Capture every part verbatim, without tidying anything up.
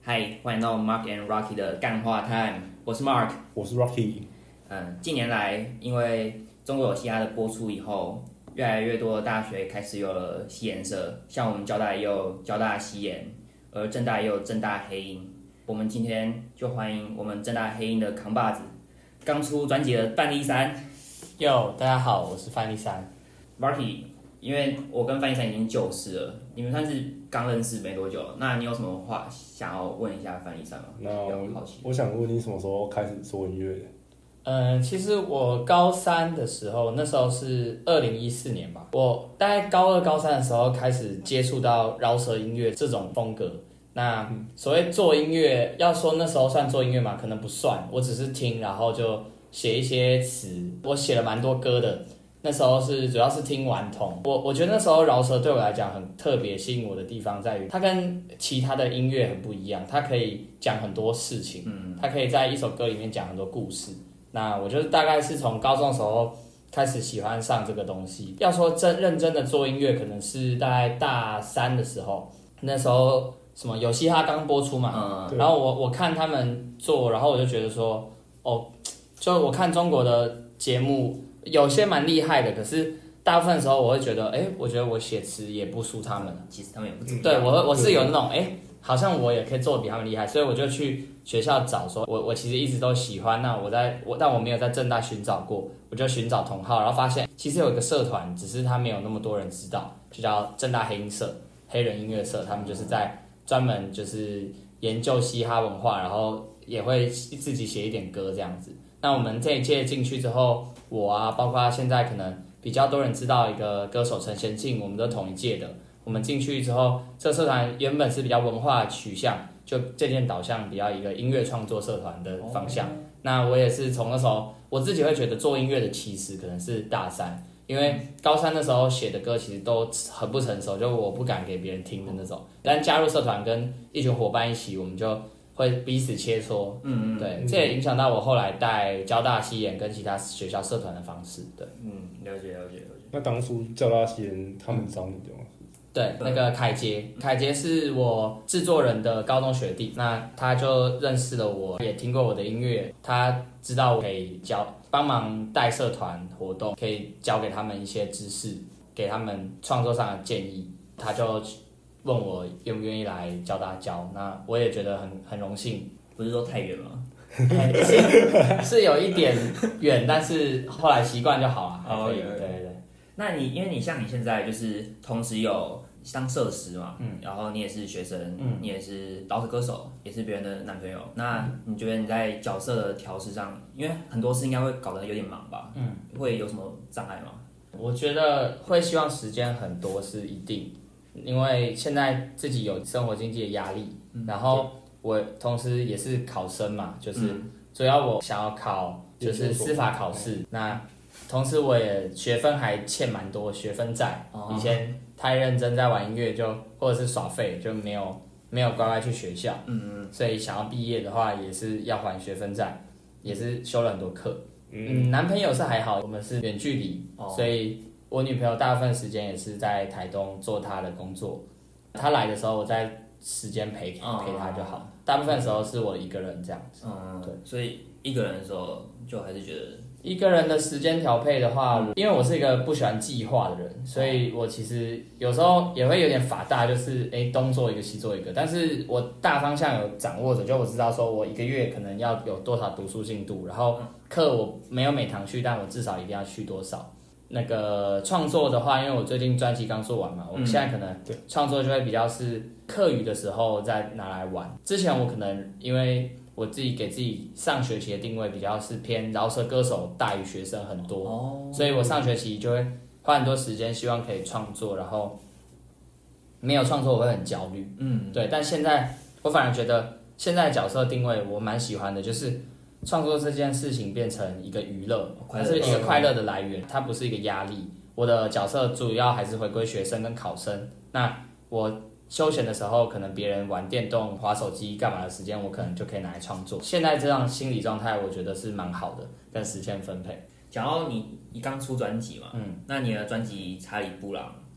嗨，欢迎到 Mark and Rocky 的干话 Time， 我是 Mark， 我是 Rocky。 嗯，近年来因为中国有嘻哈的播出以后，越来越多的大学开始有了嘻研社，像我们交大也有交大嘻研，而政大也有政大黑鹰。我们今天就欢迎我们政大黑鹰的扛把子，刚出专辑的范例三。 Yo， 大家好，我是范例三。 Rocky， 因为我跟范例三已经旧识了，你们算是刚认识没多久，那你有什么话想要问一下范例三吗？ 那好奇， 我想问你什么时候开始做音乐的？ 嗯，其实我高三的时候，那时候是二零一四年吧，我大概高二、高三的时候开始接触到饶舌音乐这种风格。那所谓做音乐，要说那时候算做音乐嘛，可能不算，我只是听，然后就写一些词，我写了蛮多歌的。那时候是主要是听顽童，我我觉得那时候饶舌对我来讲很特别，吸引我的地方在于它跟其他的音乐很不一样，它可以讲很多事情，嗯，它可以在一首歌里面讲很多故事。那我就是大概是从高中的时候开始喜欢上这个东西。要说真认真的做音乐，可能是大概大三的时候，那时候什么有嘻哈刚播出嘛，嗯，然后我我看他们做，然后我就觉得说，哦，就我看中国的节目。有些蛮厉害的，可是大部分的时候我会觉得，哎，我觉得我写词也不输他们。 其实他们也不怎么样。 对，我我是有那种，哎，好像我也可以做得比他们厉害，所以我就去学校找说，我我其实一直都喜欢，那我在我但我没有在政大寻找过，我就寻找同好，然后发现其实有一个社团，只是他没有那么多人知道，就叫政大黑音社，黑人音乐社，他们就是在专门就是研究嘻哈文化，然后也会自己写一点歌这样子。那我们这一届进去之后，我啊，包括现在可能比较多人知道一个歌手陈贤进，我们都同一届的。我们进去之后，这个社团原本是比较文化取向，就渐渐导向比较一个音乐创作社团的方向。Oh. 那我也是从那时候，我自己会觉得做音乐的起始可能是大三，因为高三的时候写的歌其实都很不成熟，就我不敢给别人听的那种。但加入社团跟一群伙伴一起，我们就会彼此切磋，嗯嗯，对，嗯，这也影响到我后来带交大西研跟其他学校社团的方式，对， 嗯，了解了解了解。 那当初交大西研他们找你的吗？ 对，那个凯杰，凯杰是我制作人的高中学弟，那他就认识了我，也听过我的音乐，他知道我可以教帮忙带社团活动，可以教给他们一些知识，给他们创作上的建议，他就问我愿不愿意来交大教，那我也觉得很很荣幸。 不是说太远吗？ 是, 是有一点远，但是后来习惯就好了。 哦， 对对对。 那你因为你像你现在就是同时有当社师嘛，嗯，然后你也是学生，嗯，你也是饶舌歌手，也是别人的男朋友。那你觉得你在角色的调试上，因为很多事应该会搞得有点忙吧？嗯，会有什么障碍吗？ 我觉得会希望时间很多是一定。因为现在自己有生活经济的压力，嗯，然后我同时也是考生嘛，就是主要我想要考就是司法考试，嗯，那同时我也学分还欠蛮多学分债，哦，以前太认真在玩音乐就或者是耍废就没有没有乖乖去学校，嗯嗯，所以想要毕业的话也是要还学分债，也是修了很多课，嗯，男朋友是还好，我们是远距离，哦，所以我女朋友大部分时间也是在台东做她的工作，她来的时候我在时间陪陪她就好，大部分时候是我一个人这样子。 嗯，对，所以一个人的时候就还是觉得一个人的时间调配的话，因为我是一个不喜欢计划的人，所以我其实有时候也会有点法大，就是哎东做一个西做一个，但是我大方向有掌握着，就我知道说我一个月可能要有多少读书进度，然后课我没有每堂去，但我至少一定要去多少。那个创作的话，因为我最近专辑刚做完嘛，我们现在可能创作就会比较是课余的时候再拿来玩。之前我可能因为我自己给自己上学期的定位比较是偏饶舌歌手大于学生很多，哦，所以我上学期就会花很多时间，希望可以创作，然后没有创作我会很焦虑，嗯，对。但现在我反而觉得现在的角色定位我蛮喜欢的，就是创作这件事情变成一个娱乐，它是一个快乐的来源，它不是一个压力。我的角色主要还是回归学生跟考生，那我休闲的时候，可能别人玩电动、滑手机干嘛的时间，我可能就可以拿来创作。现在这样心理状态，我觉得是蛮好的，跟时间分配。 讲到你，你刚出专辑嘛，嗯，那你的专辑《查理布朗》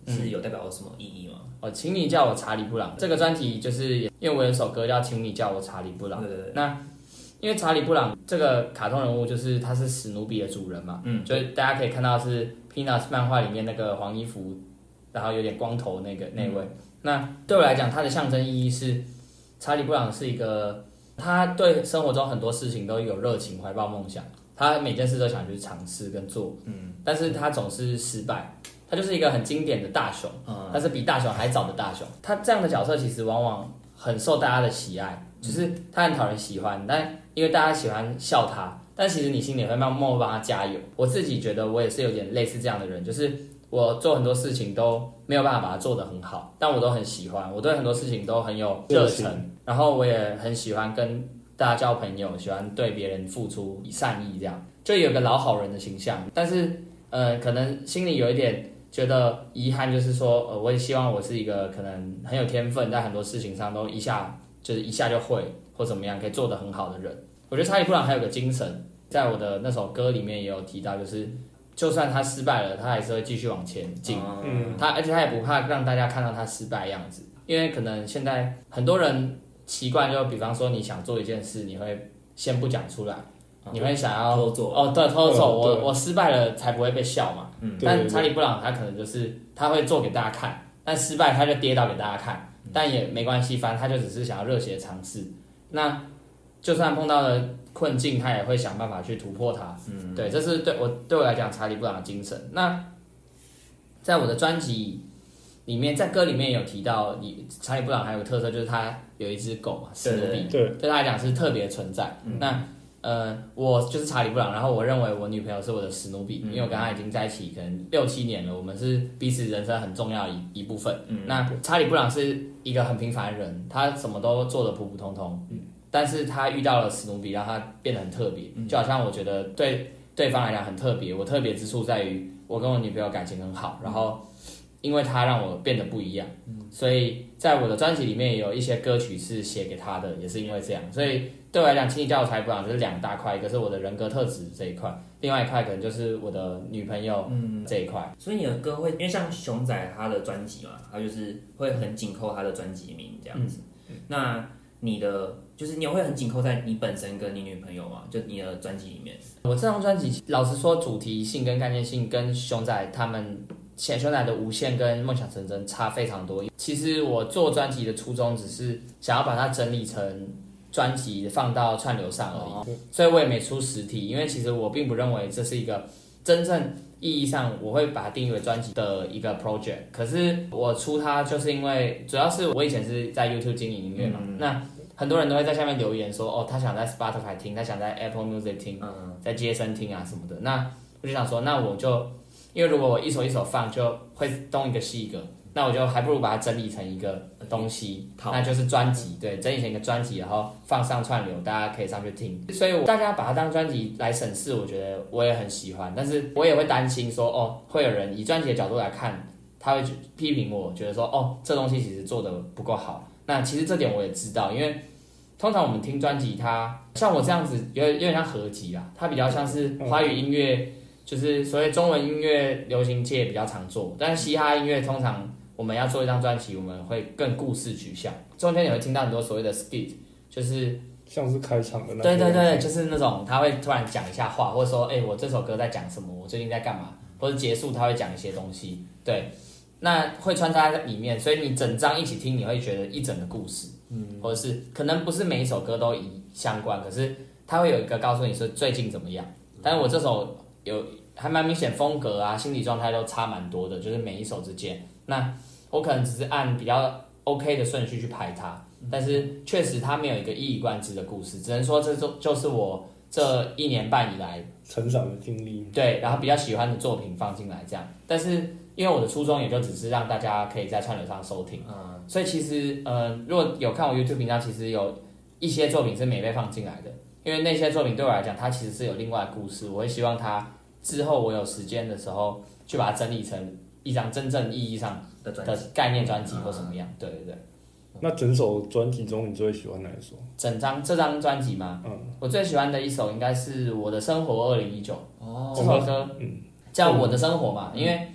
是有代表什么意义吗？ 哦，请你叫我查理布朗这个专辑，就是因为我有一首歌叫《请你叫我查理布朗》。 对对对。 那因为查理布朗这个卡通人物，就是他是史努比的主人嘛，嗯，就是大家可以看到是 Peanuts 漫画里面那个黄衣服，然后有点光头那个那位。嗯、那对我来讲，它的象征意义是，查理布朗是一个他对生活中很多事情都有热情、怀抱梦想，他每件事都想去尝试跟做，嗯，但是他总是失败。他就是一个很经典的大雄，嗯、但是比大雄还早的大雄。他这样的角色其实往往很受大家的喜爱，就是他很讨人喜欢，但因为大家喜欢笑他，但其实你心里会默默帮他加油。我自己觉得我也是有点类似这样的人，就是我做很多事情都没有办法把它做得很好，但我都很喜欢，我对很多事情都很有热忱，然后我也很喜欢跟大家交朋友，喜欢对别人付出善意，这样就有个老好人的形象。但是呃，可能心里有一点觉得遗憾，就是说，呃，我也希望我是一个可能很有天分，在很多事情上都一下就是一下就会或怎么样，可以做得很好的人。我觉得查理布朗还有个精神，在我的那首歌里面也有提到，就是就算他失败了，他还是会继续往前进。嗯，他而且他也不怕让大家看到他失败的样子，因为可能现在很多人习惯，就比方说你想做一件事，你会先不讲出来。你会想要偷做哦，对，偷做，我我失败了才不会被笑嘛。嗯，但查理布朗他可能就是他会做给大家看，但失败他就跌倒给大家看，嗯、但也没关系，反正他就只是想要热血的尝试。那就算碰到了困境，他也会想办法去突破它。嗯，对，这是对我对我来讲查理布朗的精神。那在我的专辑里面，在歌里面有提到，你查理布朗还有个特色就是他有一只狗嘛，史努比，对，对他来讲是特别的存在。嗯、那呃，我就是查理布朗，然后我认为我女朋友是我的史努比，嗯、因为我跟她已经在一起可能六七年了，我们是彼此人生很重要的一一部分。嗯、那查理布朗是一个很平凡的人，他什么都做得普普通通，嗯、但是他遇到了史努比，让他变得很特别，嗯、就好像我觉得对对方来讲很特别，我特别之处在于我跟我女朋友感情很好，然后因为他让我变得不一样，嗯、所以在我的专辑里面也有一些歌曲是写给他的，也是因为这样，所以。对我来讲，请你叫我查理布朗就是两大块，一个是我的人格特质这一块，另外一块可能就是我的女朋友这一块。 嗯、所以你的歌会，因为像熊仔他的专辑嘛，他就是会很紧扣他的专辑名这样子。嗯、那你的就是你会很紧扣在你本身跟你女朋友嘛？就你的专辑里面。 我这张专辑，老实说，主题性跟概念性跟熊仔他们。熊仔的无限跟梦想成真差非常多。其实我做专辑的初衷只是想要把它整理成专辑放到串流上而已，哦、所以我也没出实体，因为其实我并不认为这是一个真正意义上我会把它定义为专辑的一个 project。可是我出它就是因为主要是我以前是在 YouTube 经营音乐嘛，嗯、那很多人都会在下面留言说，哦，他想在 Spotify 听，他想在 Apple Music 听，嗯、在街声听啊什么的。那我就想说，那我就因为如果我一首一首放，就会东一个西一个。那我就还不如把它整理成一个东西，那就是专辑，对，整理成一个专辑，然后放上串流，大家可以上去听。所以我大家把它当专辑来审视，我觉得我也很喜欢，但是我也会担心说，哦，会有人以专辑的角度来看，他会批评我，觉得说，哦，这东西其实做的不够好。那其实这点我也知道，因为通常我们听专辑，它像我这样子，有有点像合集啦，它比较像是华语音乐，就是所谓中文音乐流行界比较常做，但是嘻哈音乐通常。我们要做一张专辑，我们会更故事取向。中间你会听到很多所谓的 skit， 就是像是开场的那。 对对对，就是那种他会突然讲一下话，或者说，哎、欸，我这首歌在讲什么？我最近在干嘛？或者结束他会讲一些东西，对，那会穿插在里面，所以你整张一起听，你会觉得一整个故事，嗯，或者是可能不是每一首歌都一相关，可是他会有一个告诉你说最近怎么样。但是我这首有还蛮明显风格啊，心理状态都差蛮多的，就是每一首之间。那我可能只是按比较 OK 的顺序去排它，但是确实它没有一个一以贯之的故事，只能说这就就是我这一年半以来成长的经历。 对，然后比较喜欢的作品放进来这样，但是因为我的初衷也就只是让大家可以在串流上收听，嗯，所以其实呃，如果有看我 YouTube 频道，其实有一些作品是没被放进来的，因为那些作品对我来讲，它其实是有另外的故事，我会希望它之后我有时间的时候去把它整理成一张真正意义上的概念专辑或什么样，对对对。 那整首专辑中你最喜欢哪一首？ 整张这张专辑吗？嗯，我最喜欢的一首应该是《我的生活二零一九》哦，这首歌，嗯，叫《我的生活》嘛，嗯、因为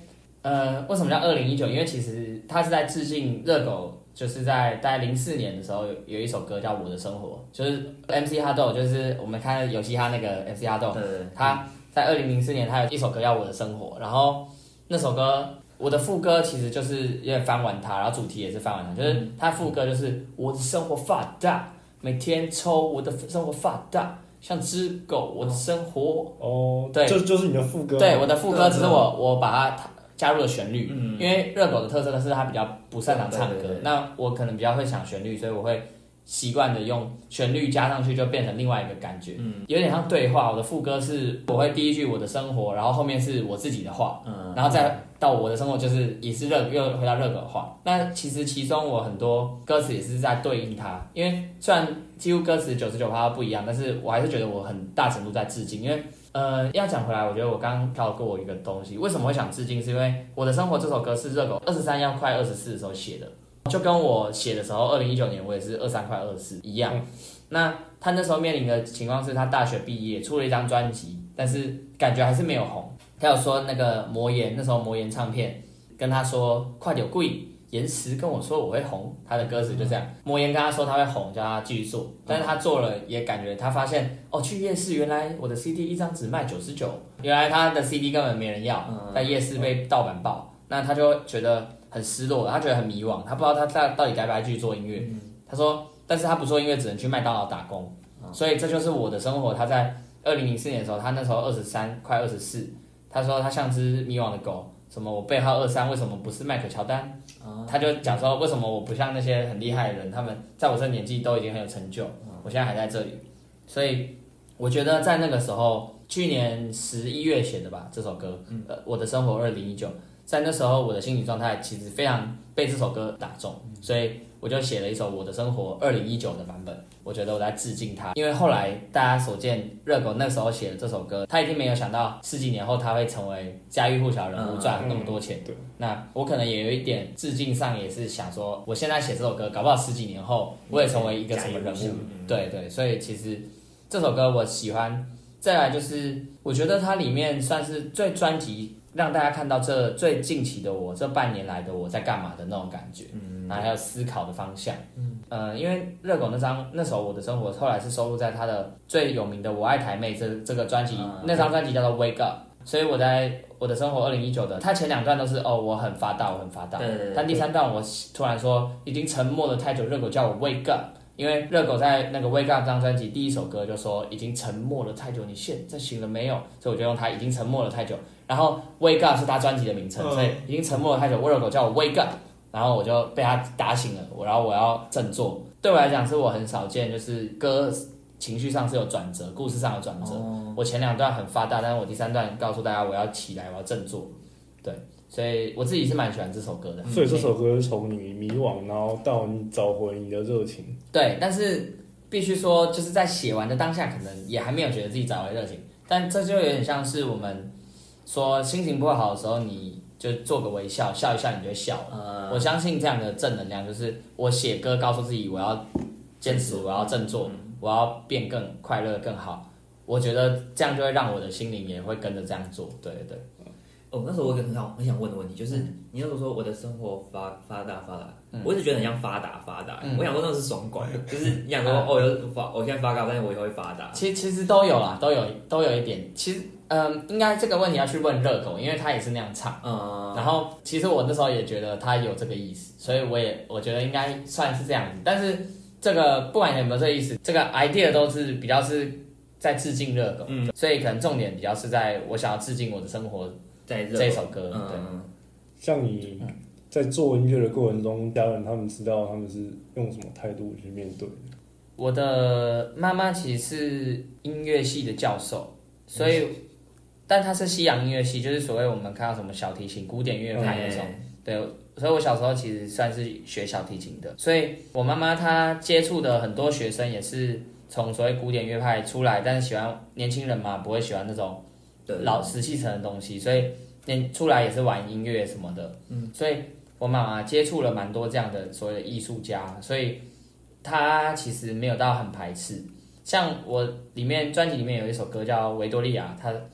呃，为什么叫二零一九？因为其实它是在致敬热狗，就是在大概零四年的时候有有一首歌叫《我的生活》，就是 M C 哈豆，就是我们看游戏哈那个 M C 哈豆， 对对对， 他在二零零四年他有一首歌叫《我的生活》，然后那首歌我的副歌其实就是有点翻完它，然后主题也是翻完它，就是它副歌就是我的生活发大，每天抽我的生活发大。像只狗，我的生活哦， 对， 就就是你的副歌， 对，我的副歌只是我我把它加入了旋律， 嗯， 因为热狗的特色是它比较不擅长唱歌， 对对对对那我可能比较会想旋律，所以我会习惯的用旋律加上去，就变成另外一个感觉，嗯，有点像对话。我的副歌是我会第一句我的生活，然后后面是我自己的话，嗯，然后再到我的生活就是也是热又回到热狗的话。那其实其中我很多歌词也是在对应它，因为虽然几乎歌词九十九趴不一样，但是我还是觉得我很大程度在致敬，因为。呃，要讲回来，我觉得我刚刚跳过一个东西，为什么会想致敬？是因为《我的生活》这首歌是热狗二十三要快二十四的时候写的，就跟我写的时候，二零一九年我也是二三快二十四一样。嗯、那他那时候面临的情况是他大学毕业出了一张专辑，但是感觉还是没有红。他有说那个魔岩，那时候魔岩唱片跟他说快点跪。岩石跟我说我会红，他的歌词就这样。魔岩跟他说他会红，叫他继续做，但是他做了也感觉他发现哦，去夜市原来我的 C D 一张只卖九十九，原来他的 C D 根本没人要，在夜市被盗版爆，那他就觉得很失落，他觉得很迷惘，他不知道他到底该不该继续做音乐。他说，但是他不做音乐，只能去麦当劳打工，所以这就是我的生活。他在二零零四年的时候，他那时候二十三，快二十四，他说他像只迷惘的狗。什么我背号二三为什么不是迈克乔丹？哦、他就讲说为什么我不像那些很厉害的人，他们在我这年纪都已经很有成就，哦、我现在还在这里。所以我觉得在那个时候，去年十一月写的吧这首歌，嗯、呃，我的生活二零一九，在那时候我的心理状态其实非常被这首歌打中，嗯、所以我就写了一首我的生活二零一九的版本。我觉得我在致敬他，因为后来大家所见，热狗那时候写的这首歌，他一定没有想到十几年后他会成为家喻户晓人物，赚那么多钱。对，那我可能也有一点致敬上，也是想说，我现在写这首歌，搞不好十几年后我也成为一个什么人物。对对，所以其实这首歌我喜欢。再来就是，我觉得它里面算是最专辑。让大家看到这最近期的我，这半年来的我在干嘛的那种感觉，嗯，然后还有思考的方向，嗯，呃，因为热狗那张那首《我的生活》后来是收录在他的最有名的《我爱台妹》这这个专辑，嗯、那张专辑叫做《Wake Up》，所以我在我的生活二零一九的，他前两段都是哦我很发大，我很发大，对对对，但第三段我突然说已经沉默了太久，热狗叫我 Wake Up。因为热狗在那个《Wake Up》这张专辑第一首歌就说已经沉默了太久，你现在醒了没有？所以我就用它已经沉默了太久。然后《Wake Up》是他专辑的名称，所以已经沉默了太久。热狗叫我 Wake Up， 然后我就被他打醒了，我然后我要振作。对我来讲是我很少见，就是歌情绪上是有转折，故事上有转折。哦、我前两段很发大，但是我第三段告诉大家我要起来，我要振作。对。所以我自己是蛮喜欢这首歌的， 所以这首歌是从你迷惘，然后到你找回你的热情。 对，但是必须说，就是在写完的当下，可能也还没有觉得自己找回热情。但这就有点像是我们说心情不好的时候，你就做个微笑，笑一笑，你就会笑了。嗯、我相信这样的正能量，就是我写歌告诉自己，我要坚持，我要振作，嗯、我要变更快乐、更好。我觉得这样就会让我的心灵也会跟着这样做。对对对。 哦，那时候我有一个很好很想问的问题，就是、嗯、你那时候说我的生活发发达发达，嗯、我一直觉得很像发达发达，嗯、我想说那是爽拐，就是你想说、嗯、哦，有发我现在发达，但是我以后会发达。 其实其实都有啦，都有都有一点。其实嗯，应该这个问题要去问热狗，因为他也是那样唱。嗯。然后其实我那时候也觉得他有这个意思，所以我也我觉得应该算是这样子。但是这个不管有没有这个意思，这个 idea 都是比较是在致敬热狗，嗯，所以可能重点比较是在我想要致敬我的生活。在这首歌，嗯、对， 像你在做音乐的过程中，家人他们知道他们是用什么态度去面对的？ 我的妈妈其实是音乐系的教授，所以，嗯、但她是西洋音乐系，就是所谓我们看到什么小提琴、古典乐派那种，嗯、对，所以我小时候其实算是学小提琴的，所以我妈妈她接触的很多学生也是从所谓古典乐派出来，但是喜欢年轻人嘛，不会喜欢那种。老死气沉的东西，所以出来也是玩音乐什么的，嗯，所以我妈妈接触了蛮多这样的所谓的艺术家，所以她其实没有到很排斥。像我里面专辑里面有一首歌叫《维多利亚》，她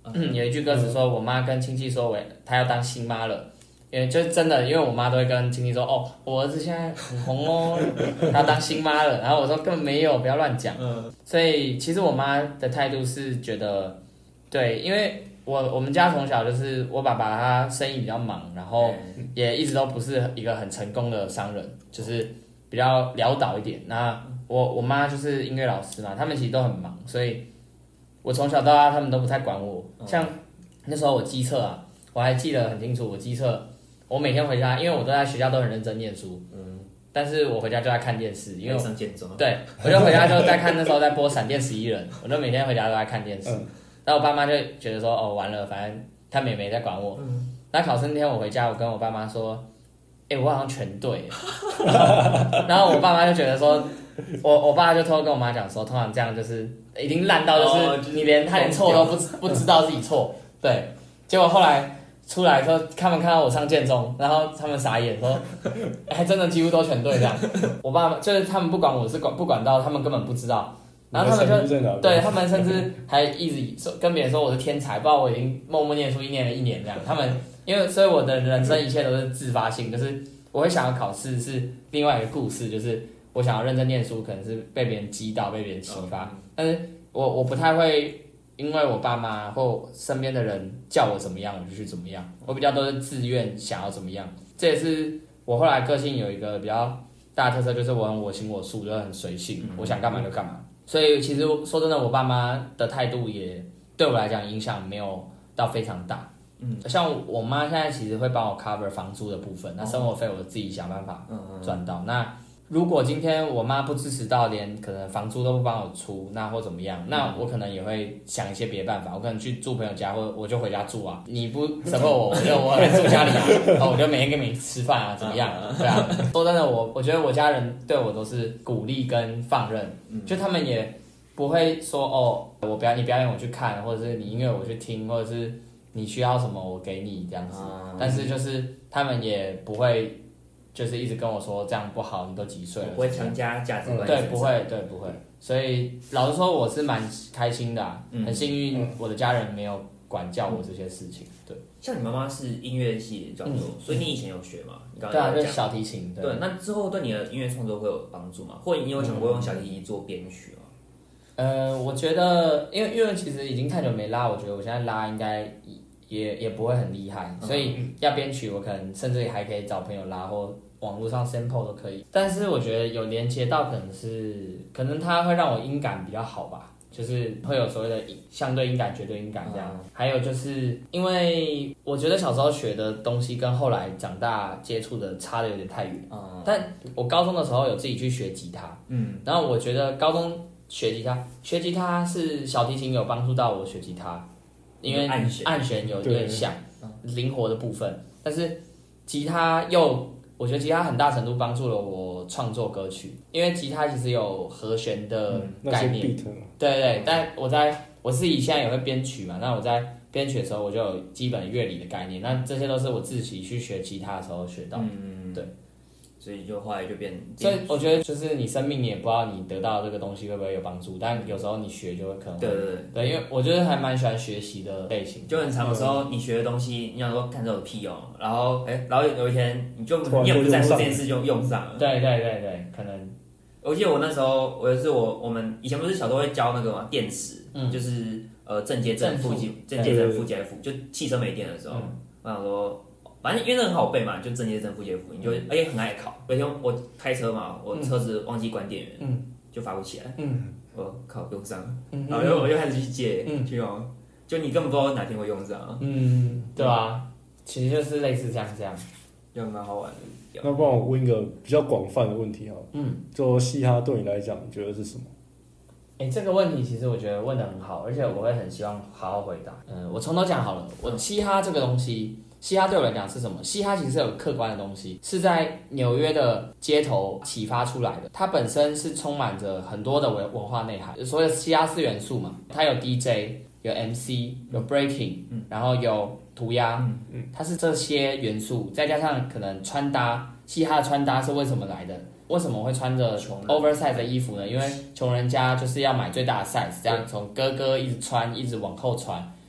嗯、有一句歌词说，我妈跟亲戚说我她要当新妈了。因为就真的，因为我妈都会跟亲戚说，哦，我儿子现在很红哦，他要当新妈了。然后我说根本没有，不要乱讲。嗯，所以其实我妈的态度是觉得，对，因为我我们家从小就是我爸爸他生意比较忙，然后也一直都不是一个很成功的商人，就是比较潦倒一点。那我我妈就是音乐老师嘛，他们其实都很忙，所以我从小到大他们都不太管我。像那时候我机测啊，我还记得很清楚，我机测。我每天回家，因为我都在学校都很认真念书，嗯，但是我回家就在看电视，因为上建中， 对，我就回家就在看那时候在播《闪电十一人》，我就每天回家都在看电视，嗯，然后我爸妈就觉得说，哦，完了，反正他们也没在管我，嗯，那考试那天我回家，我跟我爸妈说，哎、欸，我好像全对，然后我爸妈就觉得说，我我爸就偷偷跟我妈讲说，通常这样就是已经烂到就是你连他连错都不不知道自己错，对，结果后来。出来之后，他们看到我上建中，然后他们傻眼说，还真的几乎都全对这样。我爸就是他们不管我是管不管到，他们根本不知道。然后他们就对他们甚至还一直说跟别人说我是天才，不知道我已经默默念书一年了一年这样。他们因为所以我的人生一切都是自发性，就是我会想要考试是另外一个故事，就是我想要认真念书，可能是被别人击倒，被别人启发，但是我我不太会。因为我爸妈或身边的人叫我怎么样，我就去怎么样。我比较都是自愿想要怎么样，这也是我后来个性有一个比较大的特色，就是我很我行我素，就很随性，我想干嘛就干嘛。所以其实说真的，我爸妈的态度也对我来讲影响没有到非常大。嗯，像我妈现在其实会帮我 cover 房租的部分，那生活费我自己想办法赚到。那如果今天我妈不支持到连可能房租都不帮我出，那或怎么样，那我可能也会想一些别的办法，我可能去住朋友家，或者我就回家住啊。你不 support 我，我就我住家里啊，然后我就每天跟你吃饭啊，怎么样？对啊，说真的，我我觉得我家人对我都是鼓励跟放任，就他们也不会说哦，我表你表演我去看，或者是你音乐我去听，或者是你需要什么我给你这样子，但是就是他们也不会。就是一直跟我说这样不好，你都几岁了？ 不会强加价值观、嗯。 对，不会，对，不会。所以老实说，我是蛮开心的、啊嗯，很幸运，我的家人没有管教我这些事情。对， 像你妈妈是音乐系的教授、嗯，所以你以前有学吗？你刚刚对啊，就是小提琴。对， 对那之后对你的音乐创作会有帮助吗？或者你有想过用小提琴做编曲吗？ 呃，我觉得，因为因为其实已经太久没拉，我觉得我现在拉应该。也也不会很厉害，所以要编曲，我可能甚至还可以找朋友拉，或网络上 sample 都可以。但是我觉得有连接到，可能是可能它会让我音感比较好吧，就是会有所谓的相对音感、绝对音感这样。嗯、还有就是因为我觉得小时候学的东西跟后来长大接触的差的有点太远。嗯、但我高中的时候有自己去学吉他，嗯，然后我觉得高中学吉他，学吉他是小提琴有帮助到我学吉他。因为按弦有点像灵活的部分，但是吉他又，我觉得吉他很大程度帮助了我创作歌曲，因为吉他其实有和弦的概念，嗯、对对对，但我在我自己现在也会编曲嘛，那我在编曲的时候我就有基本乐理的概念，那这些都是我自己去学吉他的时候学到的，嗯、对。 所以就后来就变， 所以我觉得就是你生命你也不知道你得到这个东西会不会有帮助，但有时候你学就会可能会对对对对，因为我觉得还蛮喜欢学习的类型， 就很长的时候你学的东西，你想说看这有屁用，然后哎，然后有一天你就你也不在乎这件事就用上了， 对对对对，可能我记得我那时候我有一次我我们以前不是小时候会教那个嘛电池，嗯，就是呃正接正负正接正负接负，就汽车没电的时候，嗯、我想说。反正因为那很好背嘛，就正接正负接负，你就而且很爱考。有一天我开车嘛，我车子忘记关电源，嗯、就发不起来。嗯、我靠，用上，嗯、然后我就我就开始去借，嗯、去用。就你根本不知道哪天会用上。 嗯，对啊，其实就是类似这样这样， 就蛮好玩的。 那不然我问一个比较广泛的问题好了，嗯，就嘻哈对你来讲，你觉得是什么？ 哎、欸，这个问题其实我觉得问得很好，而且我会很希望好好回答。嗯，我从头讲好了，我嘻哈这个东西。嘻哈对我来讲是什么？嘻哈其实是有客观的东西，是在纽约的街头启发出来的。它本身是充满着很多的文文化内涵，所谓的嘻哈四元素嘛，它有 D J， 有 M C， 有 breaking，、嗯、然后有涂鸦，嗯嗯、它是这些元素，再加上可能穿搭，嘻哈的穿搭是为什么来的？为什么会穿着 oversize 的衣服呢？因为穷人家就是要买最大的 size， 这样从哥哥一直穿，一直往后穿。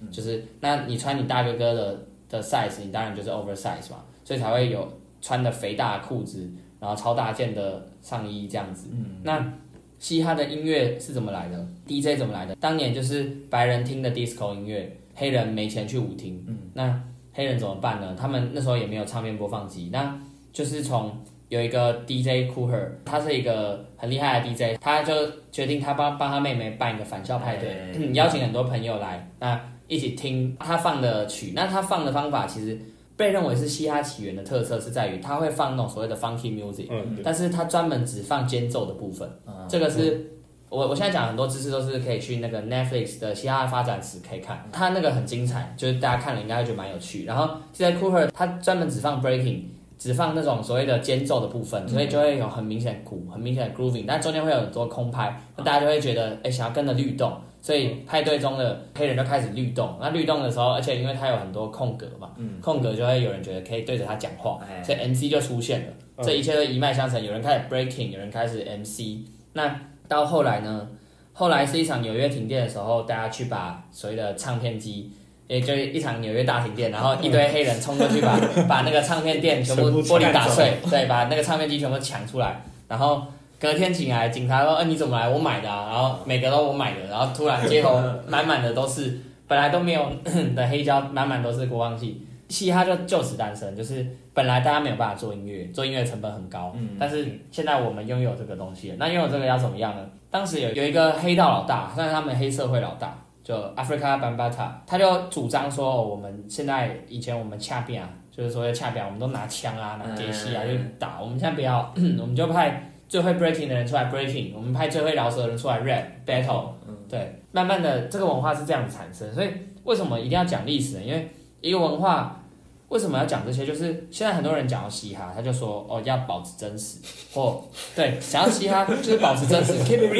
嗯、就是那你穿你大哥哥的的 size， 你当然就是 oversize 嘛，所以才会有穿的肥大的裤子，然后超大件的上衣这样子。嗯，那嘻哈的音乐是怎么来的 ？D J 怎么来的？当年就是白人听的 disco 音乐，黑人没钱去舞厅，嗯，那黑人怎么办呢？他们那时候也没有唱片播放机，那就是从有一个 D J Cooher， 他是一个很厉害的 D J， 他就决定他帮帮他妹妹办一个返校派对，嗯，邀请很多朋友来，那一起听他放的曲。那他放的方法其实被认为是嘻哈起源的特色，是在于他会放那种所谓的 funky music，嗯，但是他专门只放间奏的部分，嗯，这个是。嗯我我现在讲很多知识都是可以去那个 Netflix 的嘻哈发展史可以看，他那个很精彩，就是大家看了应该会觉得蛮有趣。然后现在 Cooher 他专门只放 breaking， 只放那种所谓的间奏的部分，所以就会有很明显的鼓、很明显的 grooving， 但中间会有很多空拍，那大家就会觉得哎想要跟着律动，所以派对中的黑人就开始律动。那律动的时候，而且因为他有很多空格嘛，空格就会有人觉得可以对着他讲话，所以 M C 就出现了。这一切都一脉相承，有人开始 breaking， 有人开始 M C， 那到后来呢？后来是一场纽约停电的时候，大家去把所谓的唱片机，也就是一场纽约大停电，然后一堆黑人冲过去把把那个唱片店全部玻璃打碎，对，把那个唱片机全部抢出来，然后隔天醒来，警察说：“呃，你怎么来？我买的啊。”然后每个都我买的，然后突然街头满满的都是本来都没有的黑胶，满满都是播放器。嘻哈就就此诞生，就是本来大家没有办法做音乐，做音乐成本很高，嗯，但是现在我们拥有这个东西了。那拥有这个要怎么样呢？当时有有一个黑道老大，算是他们黑社会老大，就 Afrika Bambaataa， 他就主张说，哦，我们现在以前我们恰变啊，就是说恰变，我们都拿枪啊、拿铁西啊去打，我们现在不要，我们就派最会 breaking 的人出来 breaking， 我们派最会饶舌的人出来 rap battle， 对，慢慢的这个文化是这样子产生。所以为什么一定要讲历史呢？因为一个文化。为什么要讲这些？就是现在很多人讲到嘻哈，他就说哦要保持真实，或对想要嘻哈就是保持真实 ，keep it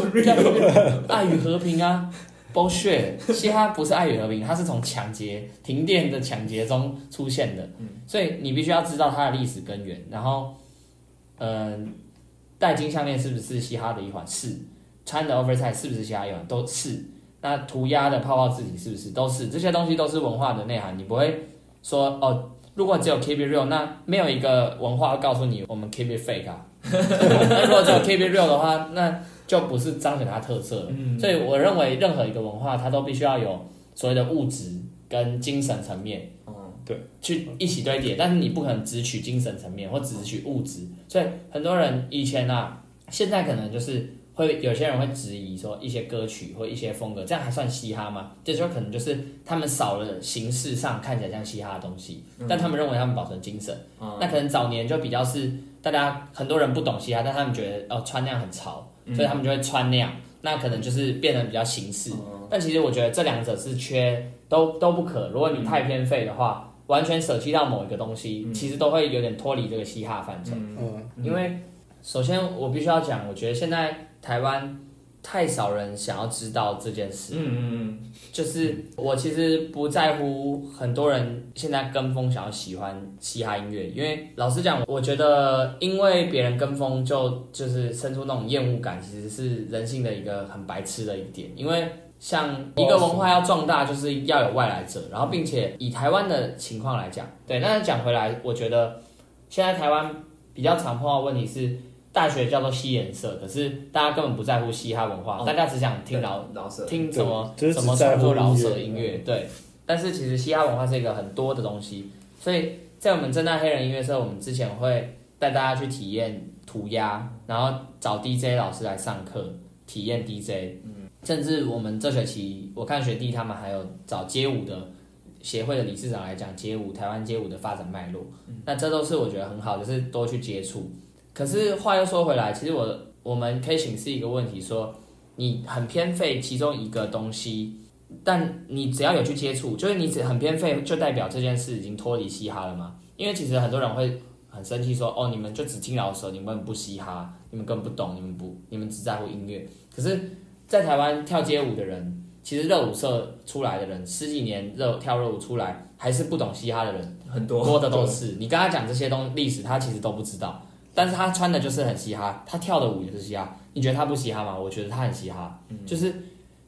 real， 爱与和平啊 ，bullshit， 嘻哈不是爱与和平，它是从抢劫、停电的抢劫中出现的，所以你必须要知道它的历史根源。然后，嗯、呃，戴金项链是不是嘻哈的一环？是，穿的 oversize 是不是嘻哈一环？都是。那涂鸦的泡泡字体是不是？都是，这些东西都是文化的内涵，你不会。说哦，如果只有 keep it real， 那没有一个文化告诉你我们 keep it fake 啊。那如果只有 keep it real 的话，那就不是彰显它特色了。嗯、所以我认为任何一个文化，它都必须要有所谓的物质跟精神层面，嗯，对，去一起堆叠。但是你不可能只取精神层面或只取物质。所以很多人以前啊，现在可能就是。会有些人会质疑说一些歌曲或一些风格，这样还算嘻哈吗？这就可能就是他们少了形式上看起来像嘻哈的东西，嗯、但他们认为他们保存精神。嗯、那可能早年就比较是大家很多人不懂嘻哈，但他们觉得哦穿那样很潮，嗯、所以他们就会穿那样，那可能就是变得比较形式。嗯、但其实我觉得这两者是缺都都不可。如果你太偏废的话，完全舍弃到某一个东西，嗯、其实都会有点脱离这个嘻哈范畴。嗯、因为首先我必须要讲，我觉得现在。台湾太少人想要知道这件事，嗯嗯嗯，就是我其实不在乎很多人现在跟风想要喜欢嘻哈音乐，因为老实讲，我觉得因为别人跟风就就是生出那种厌恶感，其实是人性的一个很白痴的一点，因为像一个文化要壮大，就是要有外来者，然后并且以台湾的情况来讲，对，那讲回来，我觉得现在台湾比较常碰到的问题是。大学叫做嘻颜色，可是大家根本不在乎嘻哈文化，哦、大家只想听饶听什么、就是、什么创作饶舌音乐，对。但是其实嘻哈文化是一个很多的东西，所以在我们政大黑人音乐社，我们之前会带大家去体验涂鸦，然后找 D J 老师来上课体验 D J，嗯，甚至我们这学期我看学弟他们还有找街舞的协会的理事长来讲街舞台湾街舞的发展脉络，嗯、那这都是我觉得很好，就是多去接触。可是话又说回来，其实我我们可以审视一个问题说，说你很偏废其中一个东西，但你只要有去接触，就是你只很偏废，就代表这件事已经脱离嘻哈了嘛？因为其实很多人会很生气说，哦，你们就只听饶舌，你们不嘻哈，你们根本不懂，你们不，你们只在乎音乐。可是，在台湾跳街舞的人，其实热舞社出来的人，十几年热跳热舞出来，还是不懂嘻哈的人很多，多的都是。你跟他讲这些东历史，他其实都不知道。但是他穿的就是很嘻哈，他跳的舞也是嘻哈。你觉得他不嘻哈吗？我觉得他很嘻哈，嗯、就是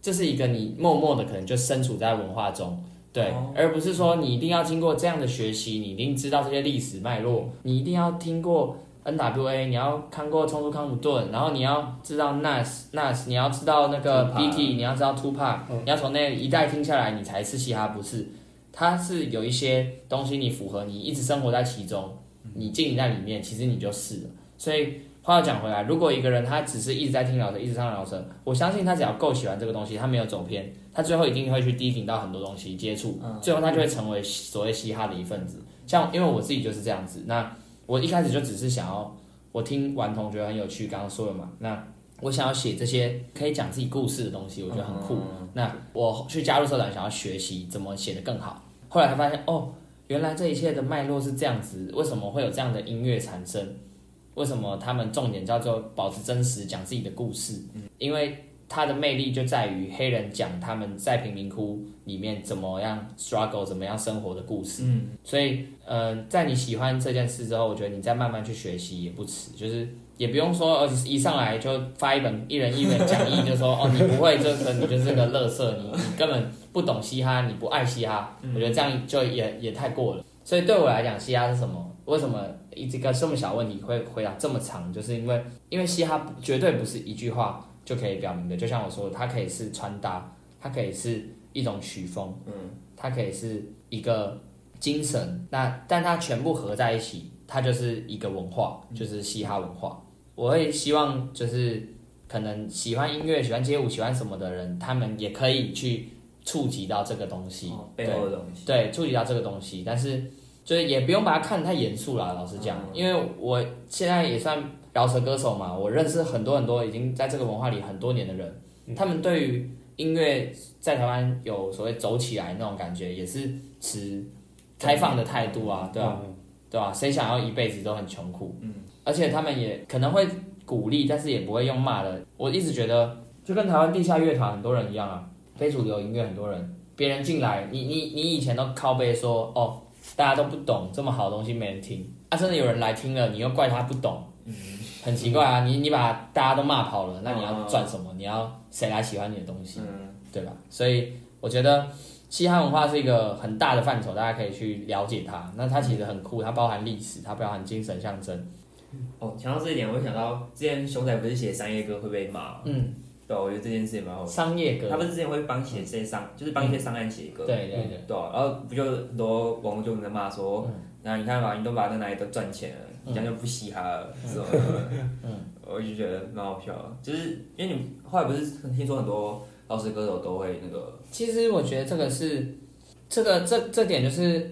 这是一个你默默的可能就身处在文化中。对， 哦、 而不是说你一定要经过这样的学习，你一定知道这些历史脉络，你一定要听过 N W A， 你要看过冲突康普顿，然后你要知道 Nas Nas， 你要知道那个 Biggie， 你要知道 Tupac，、嗯、你要从那一代听下来，你才是嘻哈，不是？它是有一些东西你符合，你一直生活在其中，你浸淫在里面，其实你就是了。所以话又讲回来，如果一个人他只是一直在听饶舌，一直唱饶舌，我相信他只要够喜欢这个东西，他没有走偏，他最后一定会去低顶到很多东西接触，最后他就会成为所谓嘻哈的一份子。像因为我自己就是这样子，那我一开始就只是想要，我听顽童觉得很有趣，刚刚说了嘛，那我想要写这些可以讲自己故事的东西，我觉得很酷。那我去加入社团，想要学习怎么写得更好。后来才发现，哦，原来这一切的脉络是这样子，为什么会有这样的音乐产生？为什么他们重点叫做保持真实，讲自己的故事？嗯、因为它的魅力就在于黑人讲他们在贫民窟里面怎么样 struggle， 怎么样生活的故事。嗯，所以，呃，在你喜欢这件事之后，我觉得你再慢慢去学习也不迟，就是也不用说，呃，一上来就发一本一人一本讲义，就说哦，你不会这个，你就是个垃圾，你你根本不懂嘻哈，你不爱嘻哈，我觉得这样就也也太过了。所以对我来讲，嘻哈是什么？为什么一个这么小问题会回答这么长？就是因为因为嘻哈绝对不是一句话就可以表明的。就像我说的，它可以是穿搭，它可以是一种曲风，嗯，它可以是一个精神。那但它全部合在一起，它就是一个文化，就是嘻哈文化。我会希望就是可能喜欢音乐、喜欢街舞、喜欢什么的人，他们也可以去触及到这个东西， 哦、背后的东西， 对，触及到这个东西，但是。就是也不用把它看得太严肃啦，老实讲，因为我现在也算饶舌歌手嘛，我认识很多很多已经在这个文化里很多年的人，他们对于音乐在台湾有所谓走起来那种感觉，也是持开放的态度啊，对吧、啊？对吧、啊？谁想要一辈子都很穷苦？嗯，而且他们也可能会鼓励，但是也不会用骂的。我一直觉得，就跟台湾地下乐团很多人一样啊，非主流音乐很多人，别人进来，你你你以前都靠背说哦。大家都不懂这么好的东西没人听啊！真的有人来听了，你又怪他不懂，嗯、很奇怪啊！你你把大家都骂跑了，那你要赚什么？嗯、你要谁来喜欢你的东西？嗯、对吧？所以我觉得嘻哈文化是一个很大的范畴，大家可以去了解它。那它其实很酷，它包含历史，它包含精神象征。 哦，讲到这一点，我会想到之前熊仔不是写商业歌会被骂？嗯。对，我觉得这件事也蛮好。 商业歌， 他不是之前会帮写这些商，就是帮一些商案写歌。 对对对。 对，然后不就很多网络就在骂说，那你看嘛，你都把那哪里都赚钱了，你这样就不嘻哈了，是吧？嗯，我就觉得蛮好笑的，就是因为你后来不是听说很多饶舌歌手都会那个。 其实我觉得这个是，这个这这点就是，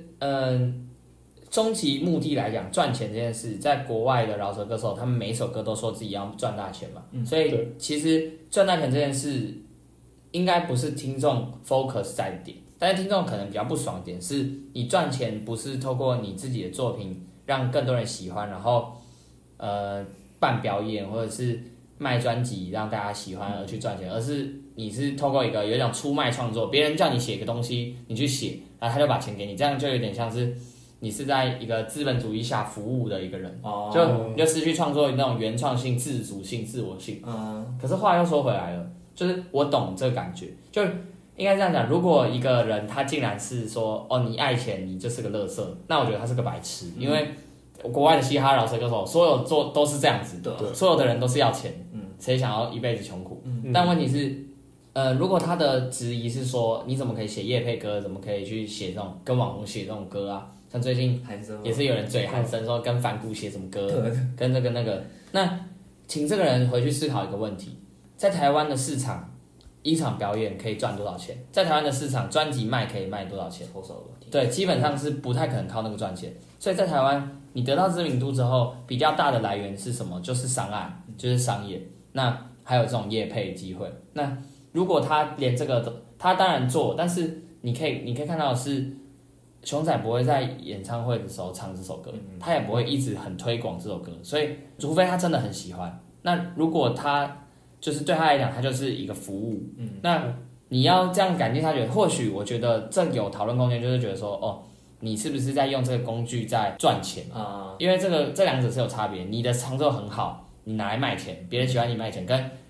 嗯。终极目的来讲，赚钱这件事，在国外的饶舌歌手，他们每一首歌都说自己要赚大钱嘛，嗯、所以其实赚大钱这件事，应该不是听众 focus 在的点，但是听众可能比较不爽的点是，你赚钱不是透过你自己的作品让更多人喜欢，然后呃办表演或者是卖专辑让大家喜欢而去赚钱，而是你是透过一个有一种出卖创作，别人叫你写一个东西，你去写，然后他就把钱给你，这样就有点像是。你是在一个资本主义下服务的一个人，哦、就你就失去创作那种原创性、自主性、自我性。嗯。可是话又说回来了，就是我懂这个感觉，就应该这样讲。如果一个人他竟然是说，哦，你爱钱，你就是个垃圾，那我觉得他是个白痴，嗯、因为国外的嘻哈饶舌歌手，所有做都是这样子的，所有的人都是要钱，嗯，谁想要一辈子穷苦？嗯、但问题是，呃，如果他的质疑是说，你怎么可以写业配歌，怎么可以去写这种跟网红写这种歌啊？像最近也是有人嘴韩生说跟反骨写什么歌，跟这个那个，那请这个人回去思考一个问题：在台湾的市场，一场表演可以赚多少钱？在台湾的市场，专辑卖可以卖多少钱？对，基本上是不太可能靠那个赚钱。所以在台湾，你得到知名度之后，比较大的来源是什么？就是商案，就是商业。那还有这种业配机会。那如果他连这个都，他当然做，但是你可以，你可以看到的是。熊仔不会在演唱会的时候唱这首歌，他也不会一直很推广这首歌，所以除非他真的很喜欢。那如果他就是对他来讲，他就是一个服务，嗯、那你要这样感激他，觉得或许我觉得这有讨论空间，就是觉得说，哦，你是不是在用这个工具在赚钱啊？因为这个这两者是有差别，你的创作很好，你拿来卖钱，别人喜欢你卖钱，跟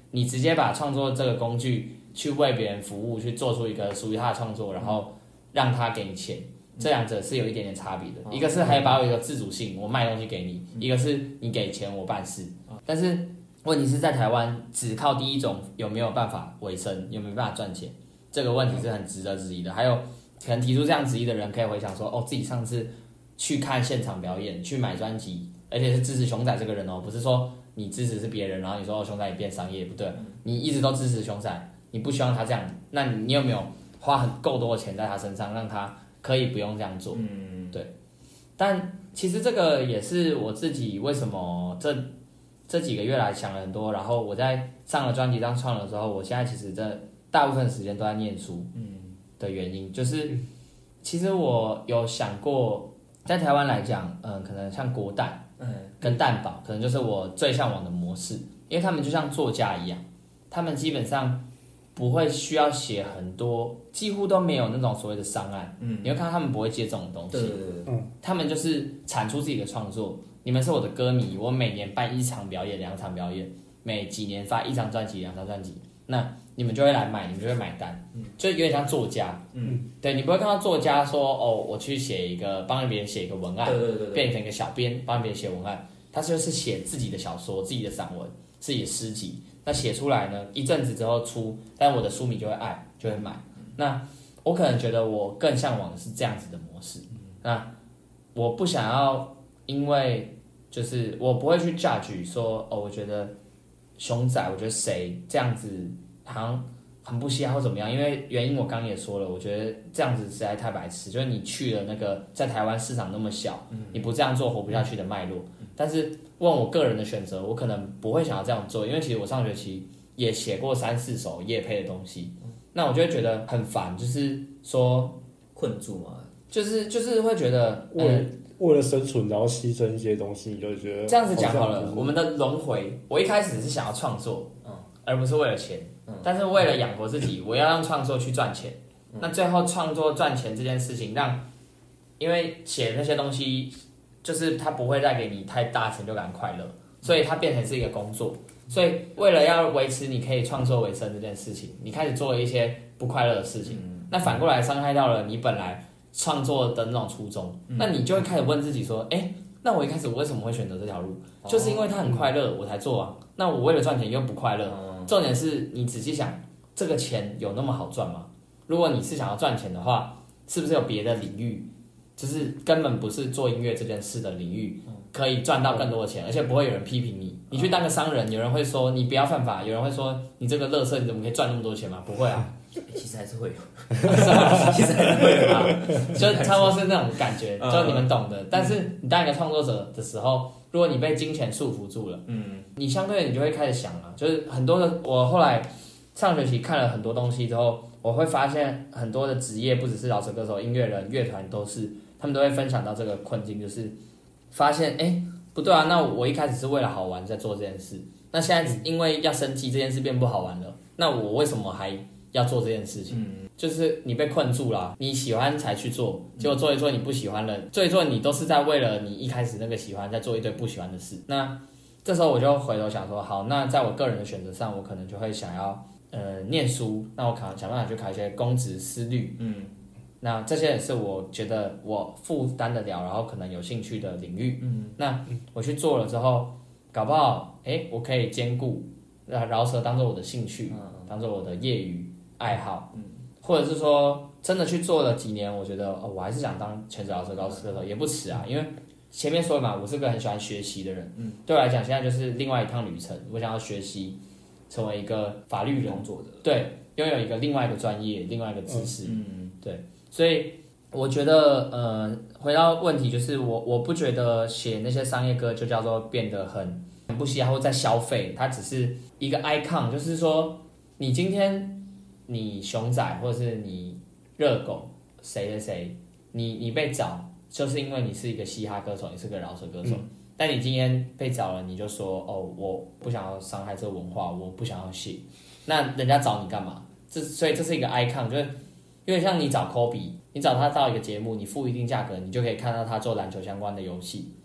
你直接把创作这个工具去为别人服务，去做出一个属于他的创作，然后让他给你钱，这两者是有一点点差别的。一个是还有保有一个自主性，我卖东西给你；一个是你给钱我办事。但是问题是在台湾，只靠第一种有没有办法维生，有没有办法赚钱，这个问题是很值得质疑的。还有可能提出这样质疑的人，可以回想说，哦，自己上次去看现场表演，去买专辑，而且是支持熊仔这个人哦，不是说你支持是别人，然后你说哦熊仔也变商业，不对，你一直都支持熊仔，你不希望他这样，那你有没有花很够多的钱在他身上，让他可以不用这样做？嗯，对。但其实这个也是我自己为什么这这几个月来想了很多，然后我在上了专辑当创了之后，我现在其实这大部分时间都在念书，嗯的原因，就是其实我有想过，在台湾来讲，嗯，可能像国蛋，嗯，跟蛋堡，可能就是我最向往的模式，因为他们就像作家一样，他们基本上不会需要写很多，几乎都没有那种所谓的商案，嗯，你会看到他们不会接这种东西，对对对，嗯，他们就是产出自己的创作。你们是我的歌迷，我每年办一场表演、两场表演，每几年发一张专辑、两张专辑，那你们就会来买，你们就会买单，嗯，就有点像作家，嗯，对，你不会看到作家说哦，我去写一个帮别人写一个文案，对对对对，变成一个小编帮别人写文案，他就是写自己的小说、自己的散文、自己的诗集，那写出来呢，一阵子之后出，但我的书迷就会爱，就会买。那我可能觉得我更向往的是这样子的模式，那我不想要。因为就是我不会去 judge 说哦，我觉得熊仔，我觉得谁这样子好像很不稀罕或怎么样，因为原因我刚刚也说了，我觉得这样子实在太白痴，就是你去了那个在台湾市场那么小，你不这样做活不下去的脉络。但是问我个人的选择，我可能不会想要这样做，因为其实我上学期也写过三四首业配的东西，那我就会觉得很烦，就是说困住嘛， 就是就是会觉得嗯。为了生存，然后牺牲一些东西，你就觉得这样子讲好了。我们的轮回，我一开始是想要创作，嗯，而不是为了钱，嗯，但是为了养活自己，我要让创作去赚钱。嗯、那最后创作赚钱这件事情让，因为写那些东西，就是它不会带给你太大成就感、快乐，所以它变成是一个工作。所以为了要维持你可以创作为生这件事情，你开始做了一些不快乐的事情，嗯、那反过来伤害到了你本来。创作的那种初衷，那你就会开始问自己说，哎、欸，那我一开始我为什么会选择这条路？哦、就是因为它很快乐，我才做啊。那我为了赚钱又不快乐，哦、重点是你仔细想，这个钱有那么好赚吗？如果你是想要赚钱的话，是不是有别的领域，就是根本不是做音乐这件事的领域，可以赚到更多的钱，而且不会有人批评你。你去当个商人，有人会说你不要犯法，有人会说你这个垃圾你怎么可以赚那么多钱吗？不会啊。 其实还是会有， 是吗？其实还是会有啊，就差不多是那种感觉，就你们懂的。但是你当一个创作者的时候，如果你被金钱束缚住了，嗯，你相对你就会开始想啊，就是很多的。我后来上学期看了很多东西之后，我会发现很多的职业，不只是饶舌歌手、音乐人、乐团，都是他们都会分享到这个困境，就是发现哎、欸，不对啊，那我一开始是为了好玩在做这件事，那现在因为要生气，这件事变不好玩了，那我为什么还？要做这件事情，嗯、就是你被困住了，你喜欢才去做，结果做一做你不喜欢了，做一做你都是在为了你一开始那个喜欢，在做一堆不喜欢的事。那这时候我就回头想说，好，那在我个人的选择上，我可能就会想要呃念书，那我可能想办法去考一些公职私律，嗯，那这些也是我觉得我负担得了，然后可能有兴趣的领域，嗯，那我去做了之后，搞不好，哎，我可以兼顾饶舌当做我的兴趣，嗯、当做我的业余。爱好，嗯，或者是说真的去做了几年，我觉得哦，我还是想当全职饶舌歌手也不迟啊，因为前面说了嘛，我是个很喜欢学习的人，嗯，对我来讲，现在就是另外一趟旅程，我想要学习成为一个法律人，做的，对，拥有一个另外一个专业，另外一个知识，嗯，对，所以我觉得，呃，回到问题就是我我不觉得写那些商业歌就叫做变得很很不稀罕或在消费，它只是一个 icon， 就是说你今天。你熊仔或者是你热狗谁的谁，你你被找就是因为你是一个嘻哈歌手，你是个饶舌歌手，嗯、但你今天被找了，你就说哦，我不想要伤害这个文化，我不想要写，那人家找你干嘛？这所以这是一个 icon， 就是有点像你找 Kobe， 你找他到一个节目，你付一定价格，你就可以看到他做篮球相关的游戏，嗯，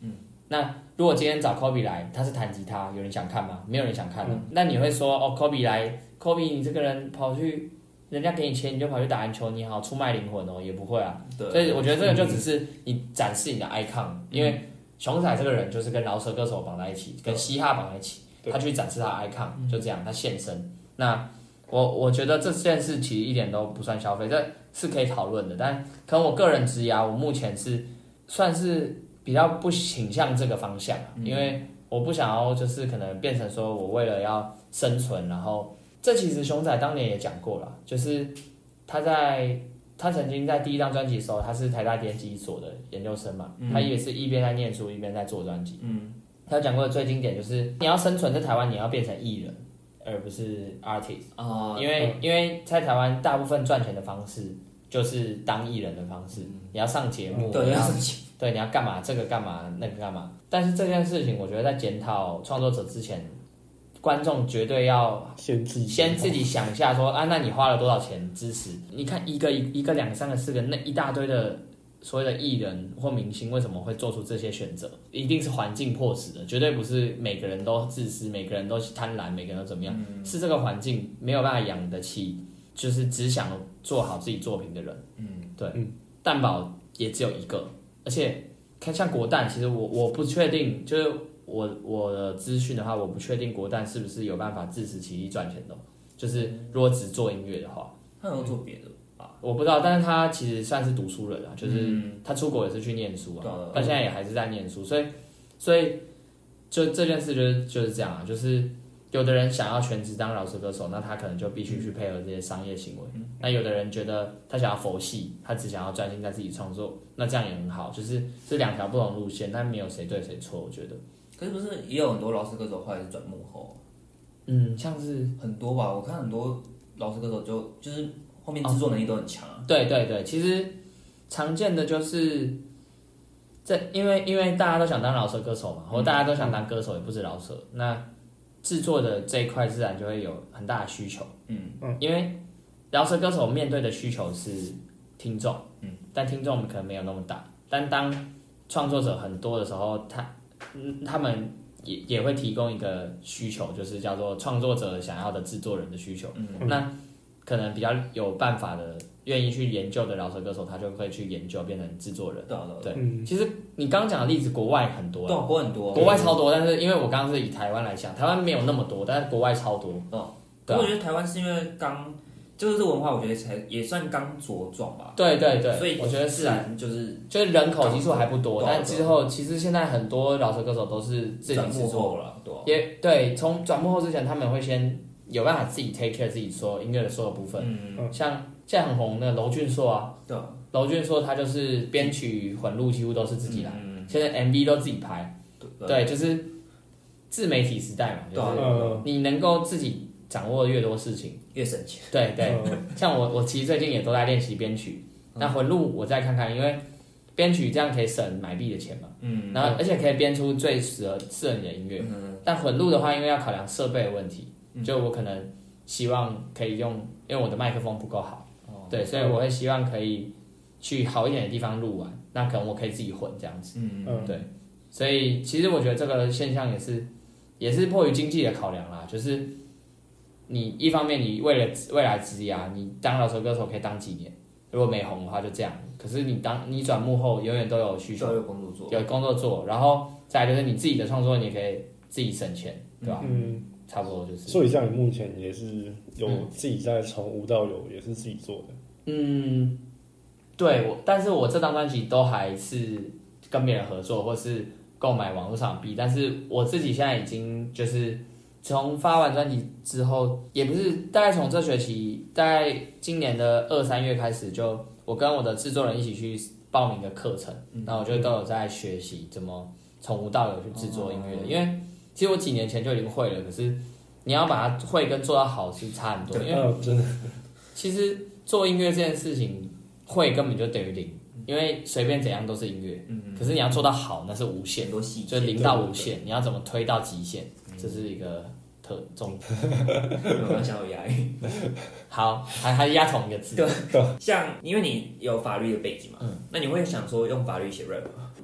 那如果今天找 Kobe 来，他是弹吉他，有人想看吗？没有人想看的。嗯、那你会说哦 ，Kobe 来 ，Kobe 你这个人跑去，人家给你钱你就跑去打篮球，你好出卖灵魂哦，也不会啊。对。所以我觉得这个就只是你展示你的 icon，、嗯、因为熊仔这个人就是跟饶舌歌手绑在一起，跟嘻哈绑在一起，他去展示他的 icon，、嗯、就这样，他现身。那我我觉得这件事其实一点都不算消费，这是可以讨论的。但可能我个人职涯，我目前是算是比较不倾向这个方向、啊嗯、因为我不想要就是可能变成说我为了要生存，然后这其实熊仔当年也讲过了，就是他在他曾经在第一张专辑的时候，他是台大电机所的研究生嘛，嗯、他也是一边在念书一边在做专辑。嗯，他讲过的最经典就是你要生存在台湾，你要变成艺人。而不是 artist 啊、呃，因为、嗯、因为在台湾大部分赚钱的方式就是当艺人的方式，嗯、你要上节目， 对， 你要上对你要干嘛这个干嘛那个干嘛。但是这件事情，我觉得在检讨创作者之前，观众绝对要先自己先自己想一下说啊，那你花了多少钱支持？你看一个一个两个三个四个那一大堆的。所谓的艺人或明星为什么会做出这些选择？一定是环境迫使的，绝对不是每个人都自私，每个人都贪婪，每个人都怎么样？嗯、是这个环境没有办法养得起，就是只想做好自己作品的人。嗯，对。嗯、蛋堡也只有一个，而且看像国蛋，其实我我不确定，就是我我的资讯的话，我不确定国蛋是不是有办法自食其力赚钱的。就是如果只做音乐的话， 他有做别的。 我不知道，但是他其实算是读书人啊，就是他出国也是去念书啊，嗯、但现在也还是在念书，所以，所以就这件事就是就是这样啊，就是有的人想要全职当饶舌歌手，那他可能就必须去配合这些商业行为；嗯、那有的人觉得他想要佛系，他只想要专心在自己创作，那这样也很好，就是是两条不同路线，但没有谁对谁错，我觉得。 可是不是也有很多饶舌歌手后来是转幕后？ 嗯，像是很多吧，我看很多饶舌歌手就就是。后面制作能力都很强啊、 哦。对对对，其实常见的就是这，因为因为大家都想当饶舌歌手嘛，或大家都想当歌手，也不止饶舌，那制作的这一块自然就会有很大的需求。嗯嗯，因为饶舌歌手面对的需求是听众，嗯，但听众可能没有那么大。但当创作者很多的时候，他嗯他们也也会提供一个需求，就是叫做创作者想要的制作人的需求。嗯，那可能比较有办法的、愿意去研究的饶舌歌手，他就会去研究，变成制作人。 对对， 嗯、 其实你刚刚讲的例子，国外很多， 对，国外很多， 国外超多。但是因为我刚刚是以台湾来讲，台湾没有那么多，但是国外超多。 哦，对、啊。我觉得台湾是因为刚，就是这文化，我觉得才也算刚茁壮吧。 对对对， 所以我觉得自然就是就是人口基数还不多，但之后其实现在很多饶舌歌手都是自己制作了，对、啊。 也对，从转幕后之前，他们会先。有办法自己 take care 自己所有音乐的所有部分，嗯、像现在很红的娄俊硕啊，对，娄俊硕他就是编曲混录几乎都是自己来，嗯、现在 M V 都自己拍，对，对就是自媒体时代嘛，就是你能够自己掌握越多事情， 越省钱。 对对，像我我其实最近也都在练习编曲，那混录我再看看，因为编曲这样可以省买币的钱嘛，嗯，然后而且可以编出最适合适合你的音乐，嗯、但混录的话，因为要考量设备的问题。就我可能希望可以用，因为我的麦克风不够好，哦、对，所以我会希望可以去好一点的地方录完，那可能我可以自己混这样子，嗯嗯，对，所以其实我觉得这个现象也是也是迫于经济的考量啦，就是你一方面你为了未来职涯，你当饶舌歌手可以当几年，如果没红的话就这样，可是你当你转幕后永远都有需求， 有工作做， 有工作做，然后再来就是你自己的创作，你可以自己省钱，对吧？嗯。差不多就是， 所以像你目前也是有自己在从无到有，也是自己做的。 嗯，对，我但是我这张专辑都还是跟别人合作，或是购买网络上的币。但是我自己现在已经就是从发完专辑之后，也不是大概从这学期，大概今年的二三月开始就，就我跟我的制作人一起去报名的课程，那、嗯、我就都有在学习怎么从无到有去制作音乐的，哦、因为。其实我几年前就已经会了，可是你要把它会跟做到好是差很多。因为真的， 其实做音乐这件事情会根本就等于零，因为随便怎样都是音乐。嗯嗯。可是你要做到好，那是无限，就零到无限，你要怎么推到极限，这是一个特重。 我刚想有压力。 好，还还压同一个字。 对。像因为你有法律的背景嘛，嗯，那你会想说用法律写 rap 吗？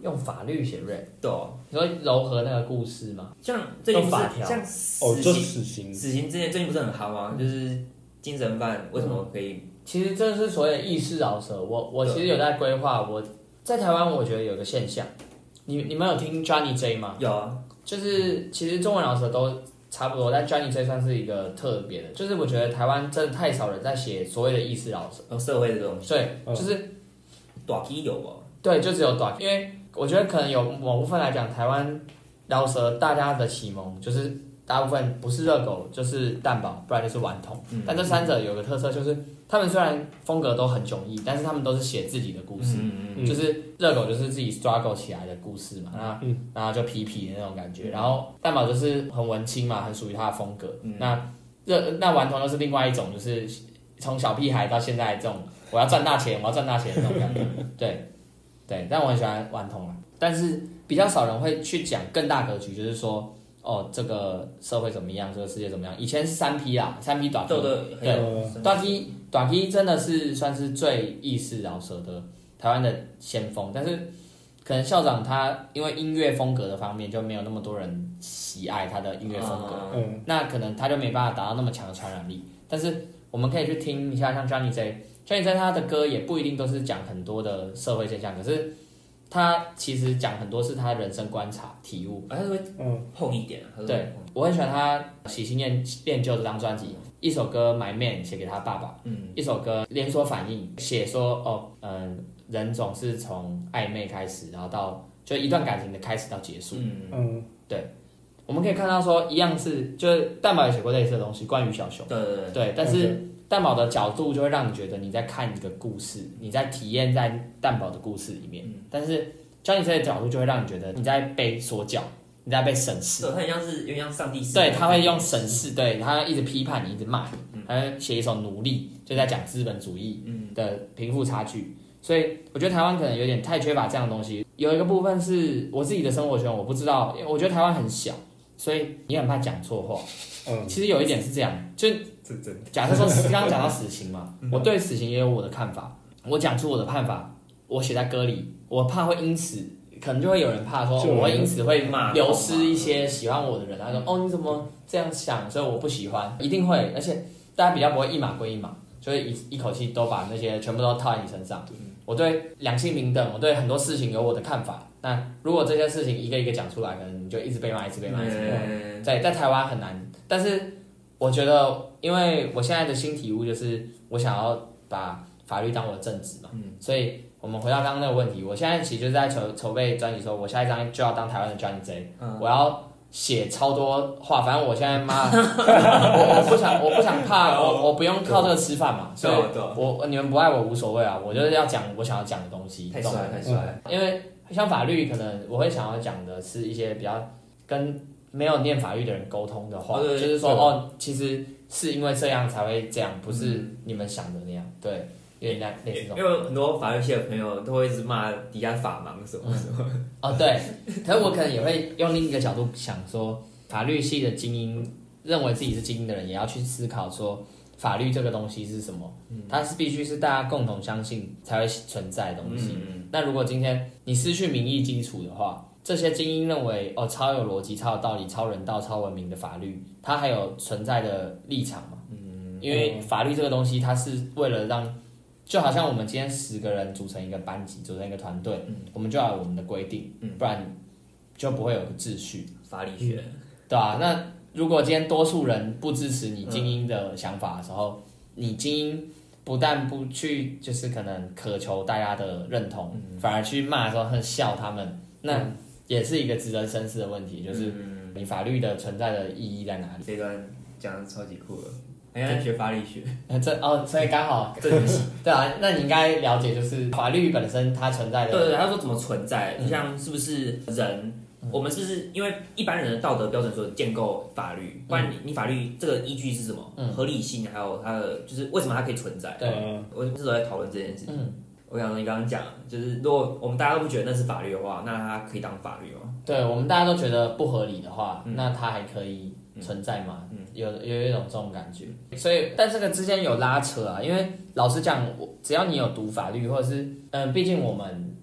用法律写 rap， 对、哦， 你说柔和那个故事吗？ 像最近不是用法条像哦，就死刑， 死刑， 死刑之前最近不是很夯吗？就是精神犯为什么可以？ 其实这是所谓的意识饶舌。我我其实有在规划，我在台湾我觉得有个现象，你你们有听 Johnny J 吗？ 有啊， 就是其实中文饶舌都差不多，但 Johnny J 算是一个特别的，就是我觉得台湾真的太少人在写所谓的意识饶舌， 有社会这个东西， 对， 嗯就是短 K 有吧？ 对，就只有短，因为我觉得可能有某部分来讲，台湾饶舌大家的启蒙就是大部分不是热狗就是蛋堡，不然就是顽童， 嗯但这三者有个特色就是他们虽然风格都很迥异，但是他们都是写自己的故事。 嗯嗯就是热狗就是自己 struggle 起来的故事嘛，那、 嗯、 然后就痞痞的那种感觉，然后蛋堡就是很文青嘛，很属于他的风格。 嗯、 那热那顽童又是另外一种，就是从小屁孩到现在这种我要赚大钱，我要赚大钱的那种感觉。对对，但我很喜欢顽童啦，但是比较少人会去讲更大格局，就是说哦这个社会怎么样，这个世界怎么样。以前是三 P 啦，三 P 短 P， 对对对，短 P 短 P 真的是算是最意识饶舌的。台湾的先锋，但是可能校长他因为音乐风格的方面就没有那么多人喜爱他的音乐风格， 嗯， 那可能他就没办法达到那么强的传染力。但是我们可以去听一下像 Johnny J，Johnny J 他的歌也不一定都是讲很多的社会现象，可是他其实讲很多是他人生观察体悟， 还是会碰一点。嗯、 对，我很喜欢他《喜新厌恋旧》这张专辑。一首歌《My Man》写给他爸爸，嗯，一首歌连锁反应写说哦，嗯，人总是从暧昧开始，然后到就一段感情的开始到结束， 嗯嗯， 对，我们可以看到说一样是就是蛋堡也写过类似的东西，关于小熊， 对对对， 对，但是蛋堡的角度就会让你觉得你在看一个故事，你在体验在蛋堡的故事里面，嗯、但是 Johnny J 的角度就会让你觉得你在被说教。你在被审视， 对，他很像是有点像上帝视， 对，他会用审视，对他一直批判你，一直骂你，嗯、他会写一首《奴隶》，就在讲资本主义的贫富差距。所以我觉得台湾可能有点太缺乏这样的东西。有一个部分是我自己的生活圈，我不知道，因为我觉得台湾很小，所以你很怕讲错话。嗯，其实有一点是这样，就假设说刚刚讲到死刑嘛，我对死刑也有我的看法，我讲出我的看法，我写在歌里，我怕会因此。可能就会有人怕说，我会因此会流失一些喜欢我的人，他说哦你怎么这样想，所以我不喜欢，一定会，而且大家比较不会一码归一码，就会一一口气都把那些全部都套在你身上。我对两性平等，我对很多事情有我的看法。那如果这些事情一个一个讲出来，可能你就一直被骂，一直被骂，一直被骂。在在台湾很难，但是我觉得，因为我现在的新体悟就是，我想要把法律当我的正职嘛，所以。我们回到刚刚那个问题，我现在其实就是在筹筹备专辑，说我下一张就要当台湾的 Johnny J，、嗯、我要写超多话，反正我现在妈，我我不想我不想怕，我我不用靠这个吃饭嘛，所以我你们不爱我无所谓啊，我就是要讲我想要讲的东西。 太帅太帅！ 因为像法律，可能我会想要讲的是一些比较跟没有念法律的人沟通的话， 哦、 就是说哦，其实是因为这样才会这样，不是你们想的那样，对。有点类似这种， 因为很多法律系的朋友都会一直骂底下法盲什么什么、嗯。 哦，对，可是我可能也会用另一个角度想说，法律系的精英认为自己是精英的人，也要去思考说，法律这个东西是什么？嗯、它是必须是大家共同相信才会存在的东西。嗯、那如果今天你失去民意基础的话，这些精英认为哦，超有逻辑、超有道理、超人道、超文明的法律，它还有存在的立场嘛？嗯、因为法律这个东西，它是为了让就好像我们今天十个人组成一个班级，组成一个团队，嗯、我们就要有我们的规定，嗯、不然就不会有个秩序。 法理学， 嗯、对吧、啊？那如果今天多数人不支持你精英的想法的时候，嗯、你精英不但不去，就是可能渴求大家的认同，嗯、反而去骂的时候很笑他们，那也是一个值得深思的问题，就是你法律的存在的意义在哪里？ 这段讲的超级酷的。很像学法理学， 这哦，所以刚好这对啊，那你应该了解，就是法律本身它存在的。 对对，他说怎么存在，就像是不是人，嗯、我们是不是因为一般人的道德标准所建构法律，不然你你法律这个依据是什么？嗯、合理性，还有它的就是为什么它可以存在？ 对， 我那时候在讨论这件事情。嗯、我想你刚刚讲，就是如果我们大家都不觉得那是法律的话，那它可以当法律吗？ 对我们大家都觉得不合理的话，嗯、那它还可以存在吗？嗯、有有一种这种感觉，所以但这个之间有拉扯啊，因为老实讲，只要你有读法律，或者是嗯，毕竟我们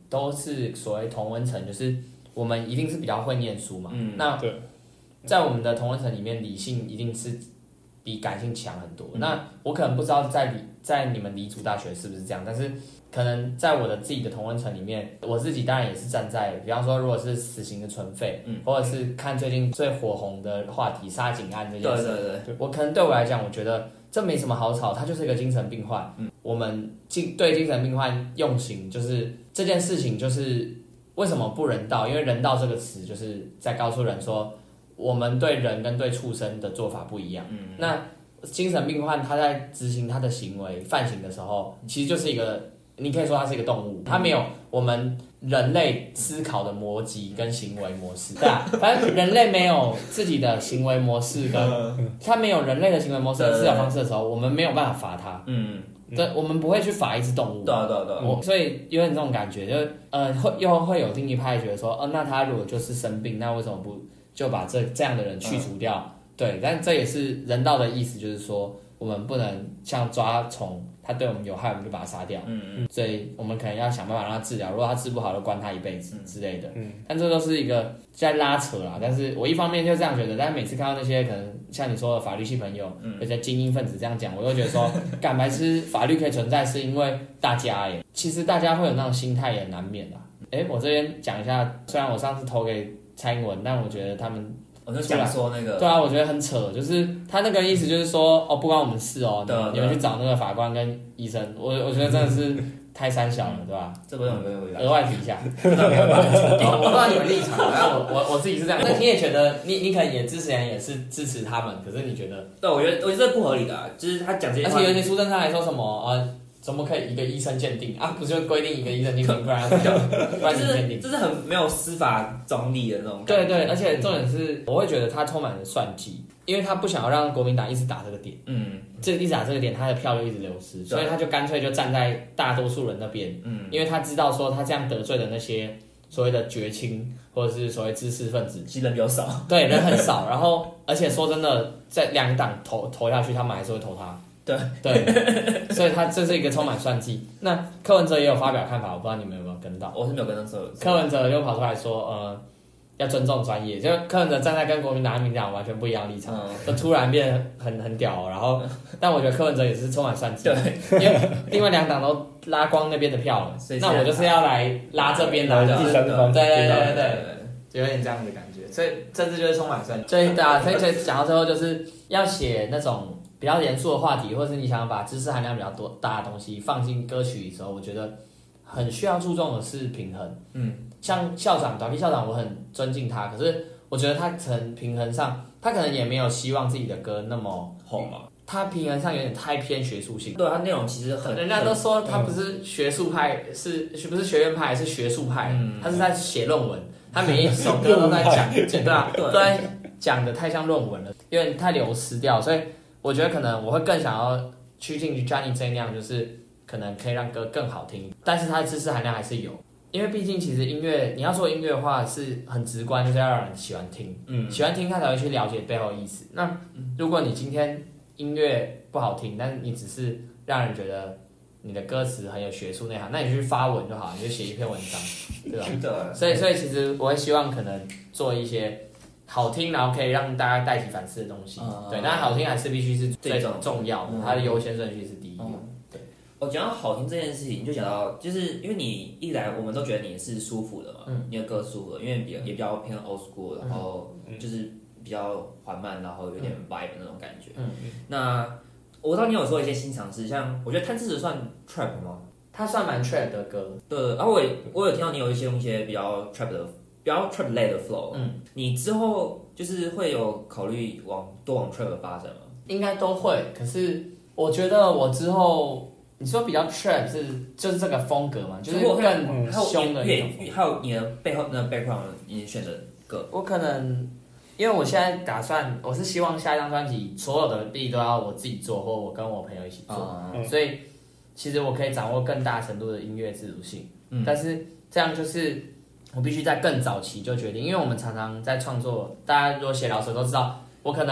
都是所谓同温层，就是我们一定是比较会念书嘛。 嗯， 那对， 在我们的同温层里面，理性一定是比感性强很多。 嗯、 那我可能不知道在理在你们理组大学是不是这样，但是可能在我的自己的同温层里面，我自己当然也是站在，比方说如果是死刑的存废， 嗯， 或者是看最近最火红的话题杀警案这件事， 对对对， 我可能对我来讲，我觉得这没什么好吵，他就是一个精神病患。 嗯， 我们精对精神病患用刑，就是这件事情就是为什么不人道？因为人道这个词就是在告诉人说，我们对人跟对畜生的做法不一样。 嗯， 那精神病患他在执行他的行为犯行的时候，其实就是一个，你可以说他是一个动物，他没有我们人类思考的逻辑跟行为模式，对啊，反正人类没有自己的行为模式跟他没有人类的行为模式跟思考方式的时候，我们没有办法罚他。 嗯， 对，我们不会去罚一只动物。 对啊对啊对啊， 我所以有点这种感觉，就是呃，会又会有另一派觉得说，哦、呃，那他如果就是生病，那为什么不就把这这样的人去除掉？嗯，对，但这也是人道的意思，就是说我们不能像抓虫，它对我们有害，我们就把它杀掉。 嗯嗯， 所以我们可能要想办法让它治疗，如果它治不好，就关它一辈子之类的。 嗯， 但这都是一个在拉扯啦。但是我一方面就这样觉得，但是每次看到那些可能像你说的法律系朋友， 嗯， 有些精英分子这样讲，我又觉得说，干白痴，法律可以存在是因为大家哎，其实大家会有那种心态也难免啦。哎，我这边讲一下，虽然我上次投给蔡英文，但我觉得他们。 我就讲说那个， 对啊，我觉得很扯，就是他那个意思就是说，哦，不关我们事哦， 对啊你们去找那个法官跟医生，我我觉得真的是太三小了，对吧？ 这不用不用不用， 额外提一下，我不知道你们立场，但我我我自己是这样。那你也觉得，你你可能也支持人也是支持他们，可是你觉得？ 对，我觉得我觉得这不合理的、啊，就是他讲这些话， 而且尤其苏贞昌还说什么呃。怎么可以一个医生鉴定啊？不就规定一个医生鉴定，不然不然怎么鉴定？ 这是很没有司法中立的那种感觉。 对对，而且重点是，我会觉得他充满了算计，因为他不想要让国民党一直打这个点，嗯，这个一直打这个点，他的票就一直流失，所以他就干脆就站在大多数人那边，嗯，因为他知道说他这样得罪的那些所谓的绝亲或者是所谓知识分子， 其实人比较少， 对，人很少，然后而且说真的，在两党投投下去，他们还是会投他。 对对，所以他这是一个充满算计。那柯文哲也有发表看法，我不知道你们有没有跟到。 我是没有跟到说。 柯文哲就跑出来说，呃，要尊重专业，就柯文哲站在跟国民党、民进党完全不一样的立场，嗯、就突然变得很很屌、哦。然后，但我觉得柯文哲也是充满算计，对，因为另外两党都拉光那边的票了，那我就是要来拉这边的， 第三方， 对对对对对，就有点这样的感觉。所以政治就是充满算计。所以大家，所以所以讲到最后就是要写那种。比较严肃的话题，或者是你想把知识含量比较多大的东西放进歌曲里的时候，我觉得很需要注重的是平衡。嗯，像校长短 P 校长，我很尊敬他，可是我觉得他从平衡上，他可能也没有希望自己的歌那么红嘛。他平衡上有点太偏学术性。 对，他内容其实很， 人家都说他不是学术派，嗯、是不是学院派，是学术派。嗯，他是在写论文，他每一首歌都在讲，对啊，都在讲的太像论文了，有点太流失掉，所以。我觉得可能我会更想要趋近于 Johnny 这样，就是可能可以让歌更好听，但是它的知识含量还是有，因为毕竟其实音乐你要做音乐的话是很直观，就是要让人喜欢听，嗯，喜欢听他才会去了解背后的意思。那如果你今天音乐不好听，但是你只是让人觉得你的歌词很有学术内涵，那你去发文就好，你就写一篇文章，对吧？对。所以所以其实我会希望可能做一些。好听，然后可以让大家带起反思的东西，嗯、对，但好听还是必须是最重要的，嗯、它的优先顺序是第一。嗯、对， 我讲到好听这件事情，就讲到，就是因为你一来，我们都觉得你是舒服的嘛，嗯、你的歌舒服的，因为比也比较偏 old school， 然后就是比较缓慢，然后有点 vibe 那种感觉。嗯、那我知道你有做一些新尝试，像我觉得贪吃蛇算 trap 吗？ 它算蛮 trap 的歌。 对，然后我也我有听到你有一些用一些比较 trap 的。比较 trap 类的 flow，嗯，你之后就是会有考虑往多往 trap 发展吗？ 应该都会，可是我觉得我之后，你说比较 trap 是就是这个风格嘛，就是更凶的一种。 还有你的背后的 background， 你选的歌， 我可能因为我现在打算，我是希望下一张专辑所有的 beat 都要我自己做，或我跟我朋友一起做，嗯、所以其实我可以掌握更大程度的音乐自主性，嗯、但是这样就是。我必须在更早期就决定，因为我们常常在创作，大家如果写饶舌都知道，我可能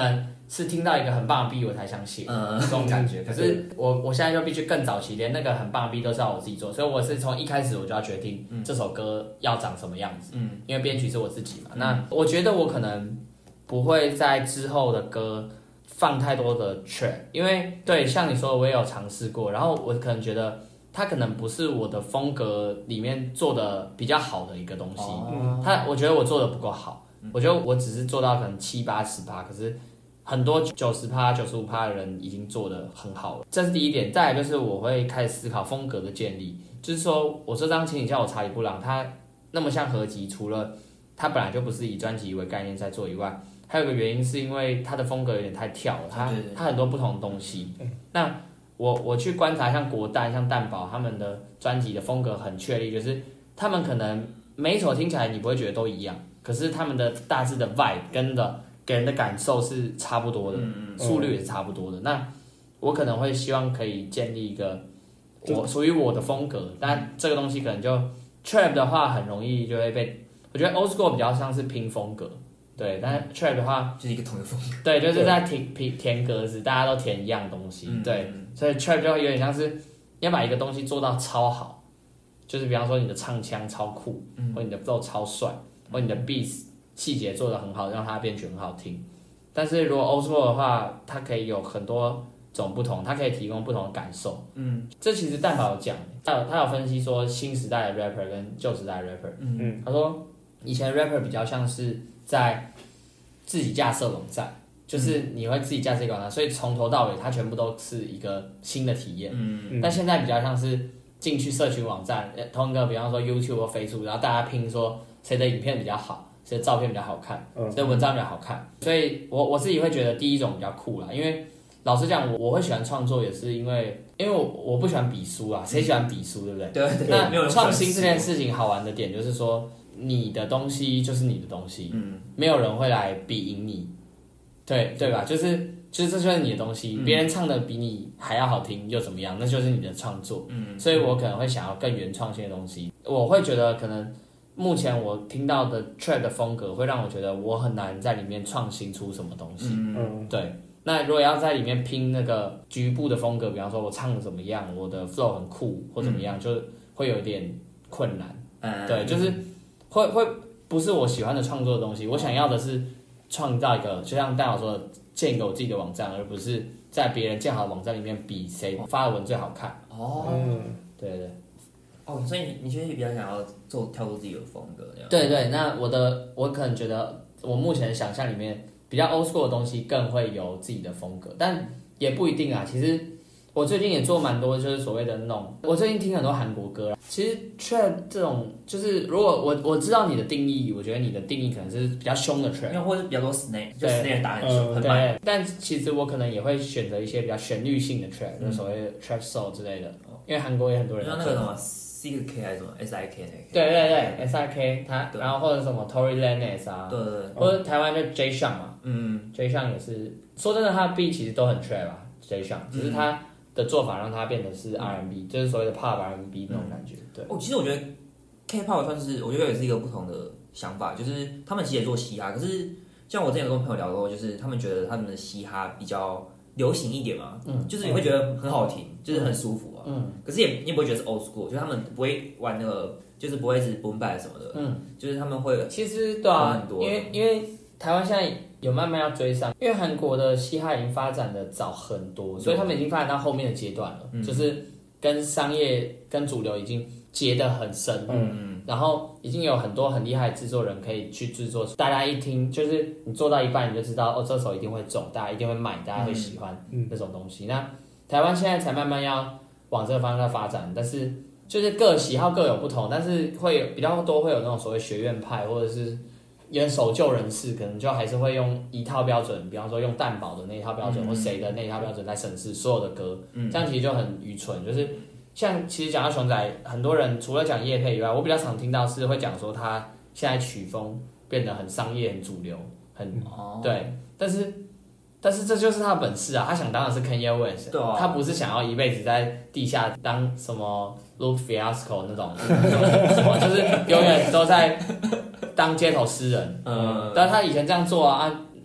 是听到一个很棒的 beat 我才想写，嗯，这种感觉。可是我我现在就必须更早期，连那个很棒的 beat 都是要我自己做，所以我是从一开始我就要决定这首歌要长什么样子，嗯，因为编曲是我自己嘛。嗯、那我觉得我可能不会在之后的歌放太多的 track， 因为对像你说的，我也有尝试过，然后我可能觉得它可能不是我的风格里面做的比较好的一个东西，哦、它我觉得我做的不够好。我觉得我只是做到可能七八十趴，可是很多九十趴、九十五趴的人已经做得很好了，这是第一点。再来就是我会开始思考风格的建立，就是说我这张《请你叫我查理布朗》，它那么像合集，除了它本来就不是以专辑为概念在做以外，还有一个原因是因为它的风格有点太跳了，它对对对它很多不同的东西。那我我去观察像国蛋、像蛋堡他们的专辑的风格很确立，就是他们可能每一首听起来你不会觉得都一样。可是他们的大致的 vibe 跟的给人的感受是差不多的，嗯、速率也是差不多的。嗯、那我可能会希望可以建立一个我属于我的风格，但这个东西可能就 trap 的话很容易就会被，我觉得 old school 比较像是拼风格，对，但是 trap 的话就是一个同一个风格， 对，就是在填填填格子，大家都填一样东西，嗯、对，所以 trap 就会有点像是要把一个东西做到超好，就是比方说你的唱腔超酷，嗯、或你的 flow 超帅。或你的 beats 细节做得很好，让它编曲很好听。但是如果 old school 的话，它可以有很多种不同，它可以提供不同的感受。嗯，这其实蛋堡有讲，他有他有分析说新时代的 rapper 跟旧时代的 rapper。嗯，他说以前 rapper 比较像是在自己架设网站，就是你会自己架设一个网站，所以从头到尾它全部都是一个新的体验。嗯，但现在比较像是进去社群网站，同一个比方说 YouTube 或 Facebook， 然后大家拼说。谁的影片比较好，谁的照片比较好看，谁的文章比较好看，所以我我自己会觉得第一种比较酷啦。因为老实讲，我我会喜欢创作，也是因为因为我我不喜欢比输啊，谁喜欢比输，对不对？ 对对。 那创新这件事情好玩的点就是说，你的东西就是你的东西，嗯，没有人会来比赢你，对对吧？就是就是这就是你的东西，别、嗯、人唱的比你还要好听又怎么样？那就是你的创作，嗯，所以我可能会想要更原创性的东西，我会觉得可能。目前我听到的 trap 的风格会让我觉得我很难在里面创新出什么东西。嗯，对。那如果要在里面拼那个局部的风格，比方说我唱的怎么样，我的 flow 很酷或怎么样，嗯、就会有一点困难。嗯，对，就是会会不是我喜欢的创作的东西。我想要的是创造一个，就像蛋堡说的，建一个我自己的网站，而不是在别人建好的网站里面比谁发的文最好看。哦，嗯，对对。 哦，所以你你其实比较想要做跳出自己的风格，这样。 对对，那我的我可能觉得我目前的想象里面比较 old school 的东西更会有自己的风格，但也不一定啊。其实我最近也做蛮多，就是所谓的那种，我最近听很多韩国歌啦。其实 trap 这种，就是如果我我知道你的定义，我觉得你的定义可能是比较凶的 trap， 因为或者比较多 snare， 就 snare 打很凶，很慢。 但其实我可能也会选择一些比较旋律性的 trap，、嗯、就是所谓的 trap soul 之类的，因为韩国也很多人做。那个什么 C K 还是什么 S I K 那个？ 对对对 ，S I K 他，然后或者什么 Tory Lanez 啊， 对对对， 或者台湾就 Jay Sean 嘛，嗯 ，Jay Sean 也是，说真的，他的 beat 其实都很 trap 啊 ，Jay Sean， 只是他的做法让他变得是 R and B，、嗯、就是所谓的 Pop R and B 那种感觉。对， 哦，其实我觉得 K-pop 算是，我觉得也是一个不同的想法，就是他们其实也做嘻哈，可是像我之前有跟朋友聊过，就是他们觉得他们的嘻哈比较流行一点嘛，嗯，就是你会觉得很好听，嗯、就是很舒服啊，嗯，可是也你也不会觉得是 old school， 就是他们不会玩那个，就是不会是 boom bap 什么的，嗯，就是他们会， 其实对啊，很多因为因为台湾现在有慢慢要追上，因为韩国的嘻哈已经发展的早很多，所以他们已经发展到后面的阶段了，嗯、就是跟商业跟主流已经结得很深，嗯，然后已经有很多很厉害的制作人可以去制作，大家一听就是你做到一半你就知道哦，这首一定会中，大家一定会买，大家会喜欢那种东西。嗯、那台湾现在才慢慢要往这个方向发展，但是就是各喜好各有不同，但是会有比较多会有那种所谓学院派或者是有点守旧人士，可能就还是会用一套标准，比方说用蛋堡的那一套标准，嗯、或谁的那一套标准来审视所有的歌，嗯、这样其实就很愚蠢，就是。像其实讲到熊仔，很多人除了讲业配以外，我比较常听到是会讲说他现在曲风变得很商业、很主流、很、哦、对，但是但是这就是他的本事啊，他想当的是 Kanye West，对、啊、他不是想要一辈子在地下当什么 Luke Fiasco 那种，什么就是永远都在当街头诗人，嗯，但他以前这样做啊，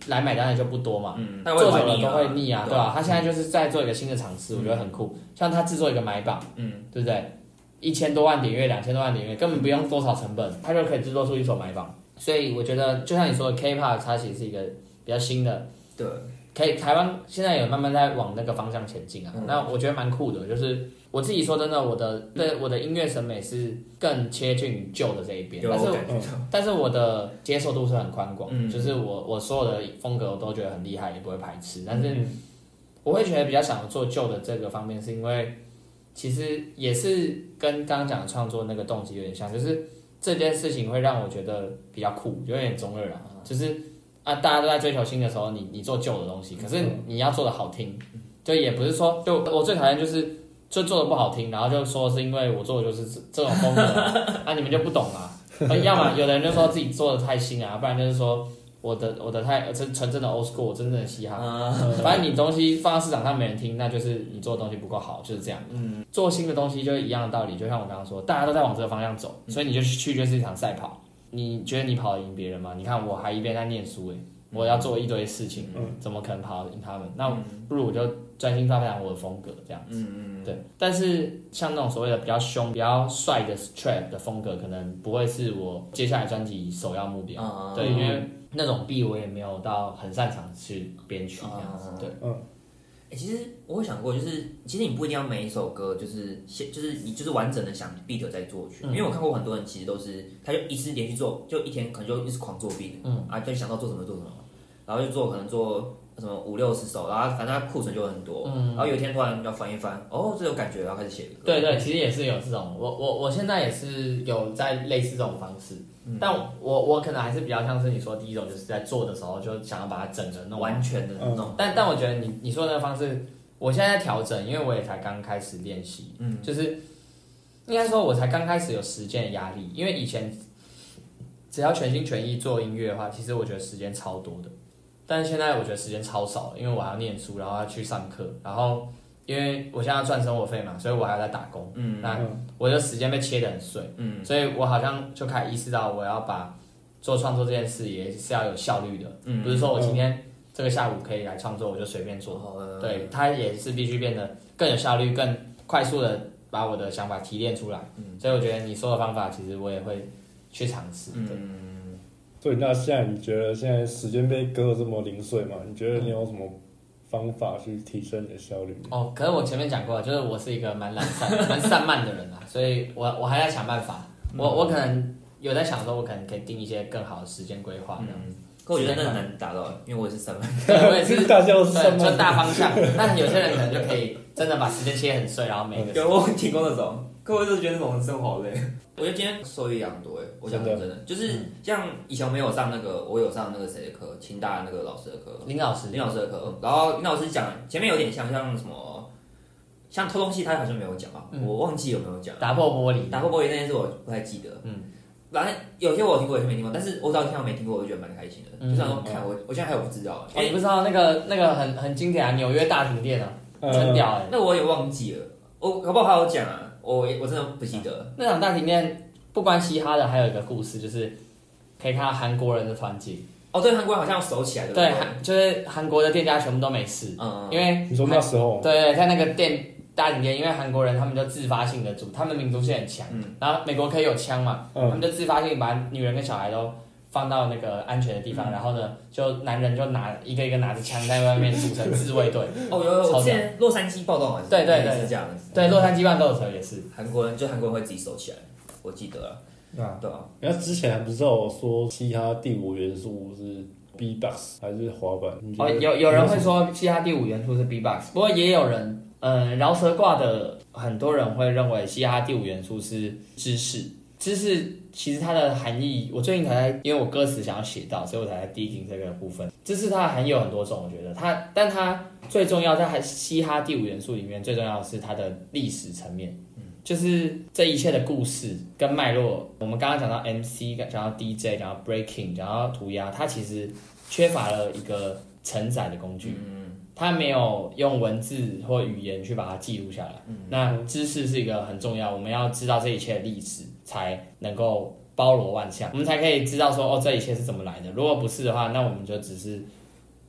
来买单的就不多嘛， 嗯， 做久了都会腻啊，对吧、 啊？ 他现在就是在做一个新的尝试，我觉得很酷。像他制作一个买榜， 嗯， 对不对？一千多万点阅，两千多万点阅，根本不用多少成本，他就可以制作出一首买榜。所以我觉得，就像你说的 ，K-pop 它其实是一个比较新的， 对， 可以台湾现在有慢慢在往那个方向前进啊。 嗯、 那我觉得蛮酷的，就是我自己说真的，我的对我的音乐审美是更贴近于旧的这一边，但是、嗯、但是我的接受度是很宽广，嗯、就是我我所有的风格我都觉得很厉害，也不会排斥。但是我会觉得比较想做旧的这个方面，是因为其实也是跟刚刚讲的创作那个动机有点像，就是这件事情会让我觉得比较酷，有点中二啊，就是啊大家都在追求新的时候，你你做旧的东西，可是你要做的好听，就也不是说就我最讨厌就是就做的不好听，然后就说是因为我做的就是这这种风格啊，啊你们就不懂啊，要么有的人就说自己做的太新啊，不然就是说我的我的太真纯正的 old school， 真正的嘻哈，嗯、反正你东西放到市场上没人听，那就是你做的东西不够好，就是这样。嗯，做新的东西就是一样的道理，就像我刚刚说，大家都在往这个方向走，所以你就去就是一场赛跑。你觉得你跑得赢别人吗？你看我还一边在念书诶、欸，我要做一堆事情，嗯、怎么可能跑得赢他们？那不如我就专心发展我的风格这样子。嗯嗯对，但是像那种所谓的比较凶、比较帅的 trap 的风格，可能不会是我接下来专辑首要目标。嗯、对，因为那种 B 我也没有到很擅长去编曲这样子。对， 嗯。欸、其实我会想过，就是其实你不一定要每一首歌就是就是你就是完整的想 beat 再作曲，嗯、因为我看过很多人其实都是他就一次连续做，就一天可能就一直狂做 beat，嗯啊就想到做什么做什么，然后就做可能做什么五六十首，然后反正他库存就很多，嗯，然后有一天突然要翻一翻，哦这有感觉，然后开始写歌。 对对，其实也是有这种，我我我现在也是有在类似这种方式。嗯、但我我可能还是比较像是你说第一种，就是在做的时候就想要把它整个弄完全的弄。嗯、 但但我觉得你你说的那个方式，我现在在调整，因为我也才刚开始练习，嗯，就是应该说我才刚开始有时间的压力，因为以前只要全心全意做音乐的话，其实我觉得时间超多的，但是现在我觉得时间超少，因为我还要念书，然后要去上课，然后。因为我现在要赚生活费嘛，所以我还要在打工。嗯，那我的时间被切得很碎。嗯，所以我好像就开始意识到，我要把做创作这件事也是要有效率的。嗯，不是说我今天这个下午可以来创作，我就随便做。嗯、对，它也是必须变得更有效率、更快速的把我的想法提炼出来。嗯，所以我觉得你说的方法，其实我也会去尝试。 嗯，对。那现在你觉得现在时间被割得这么零碎嘛？你觉得你有什么？方法去提升你的效率哦，可是我前面讲过，就是我是一个蛮懒散、蛮散漫的人啊，所以我我还在想办法。我我可能有在想说，我可能可以定一些更好的时间规划这样子。 嗯、可我觉得那很难达到，因为我也是散漫。 对，我也是， 大家都是散漫， 就大方向。但有些人可能就可以真的把时间切很碎，然后每个。 有我听过那种，可我就是觉得那种生活好累。我觉得今天收益良多哎，我讲真的，就是像以前我没有上那个，我有上那个谁的课，清大那个老师的课， 林老师， 林老师的课，然后林老师讲前面有点像像什么，像偷东西他好像没有讲啊，嗯、我忘记有没有讲。 打破玻璃， 打破玻璃那件事我不太记得，嗯，反正有些我有听过，有些没听过，但是我只要听到没听过，我就觉得蛮开心的，嗯、就想说看我我现在还有不知道， 哎、欸，你不知道那个那个很很经典啊，纽约大停电啊，很屌哎， 那我也忘记了，我搞不好还有讲啊，我我真的不记得那场大停电。不关嘻哈的，还有一个故事，就是可以看到韩国人的团结。 哦，对，韩国人好像要守起来的。 对，就是韩国的店家全部都没事。嗯，因为你说那时候， 对，在那个店大停电，因为韩国人他们就自发性的组，他们民族性很强。嗯，然后美国可以有枪嘛，嗯、他们就自发性把女人跟小孩都放到那个安全的地方，嗯、然后呢，就男人就拿一个一个拿着枪在外面组成自卫队。 哦，有有，之前洛杉矶暴动还是对对对是这样子。 对，洛杉矶暴动的时候也是， 韩国人就韩国人会自己守起来。我记得啊， 啊对啊，然后之前还不知道说嘻哈第五元素是 B-box 还是滑板？ 哦，有有人会说嘻哈第五元素是 B-box， 不过也有人，呃，饶舌挂的很多人会认为嘻哈第五元素是知识。知识其实它的含义，我最近才在，因为我歌词想要写到，所以我才在 digging 这个部分。知识它的含义有很多种，我觉得它，但它最重要在还嘻哈第五元素里面，最重要的是它的历史层面。就是这一切的故事跟脉络，我们刚刚讲到 M C， 讲到 D J， 讲到 breaking， 讲到涂鸦，它其实缺乏了一个承载的工具，嗯、它没有用文字或语言去把它记录下来。嗯、那知识是一个很重要，我们要知道这一切的历史，才能够包罗万象，我们才可以知道说哦这一切是怎么来的。如果不是的话，那我们就只是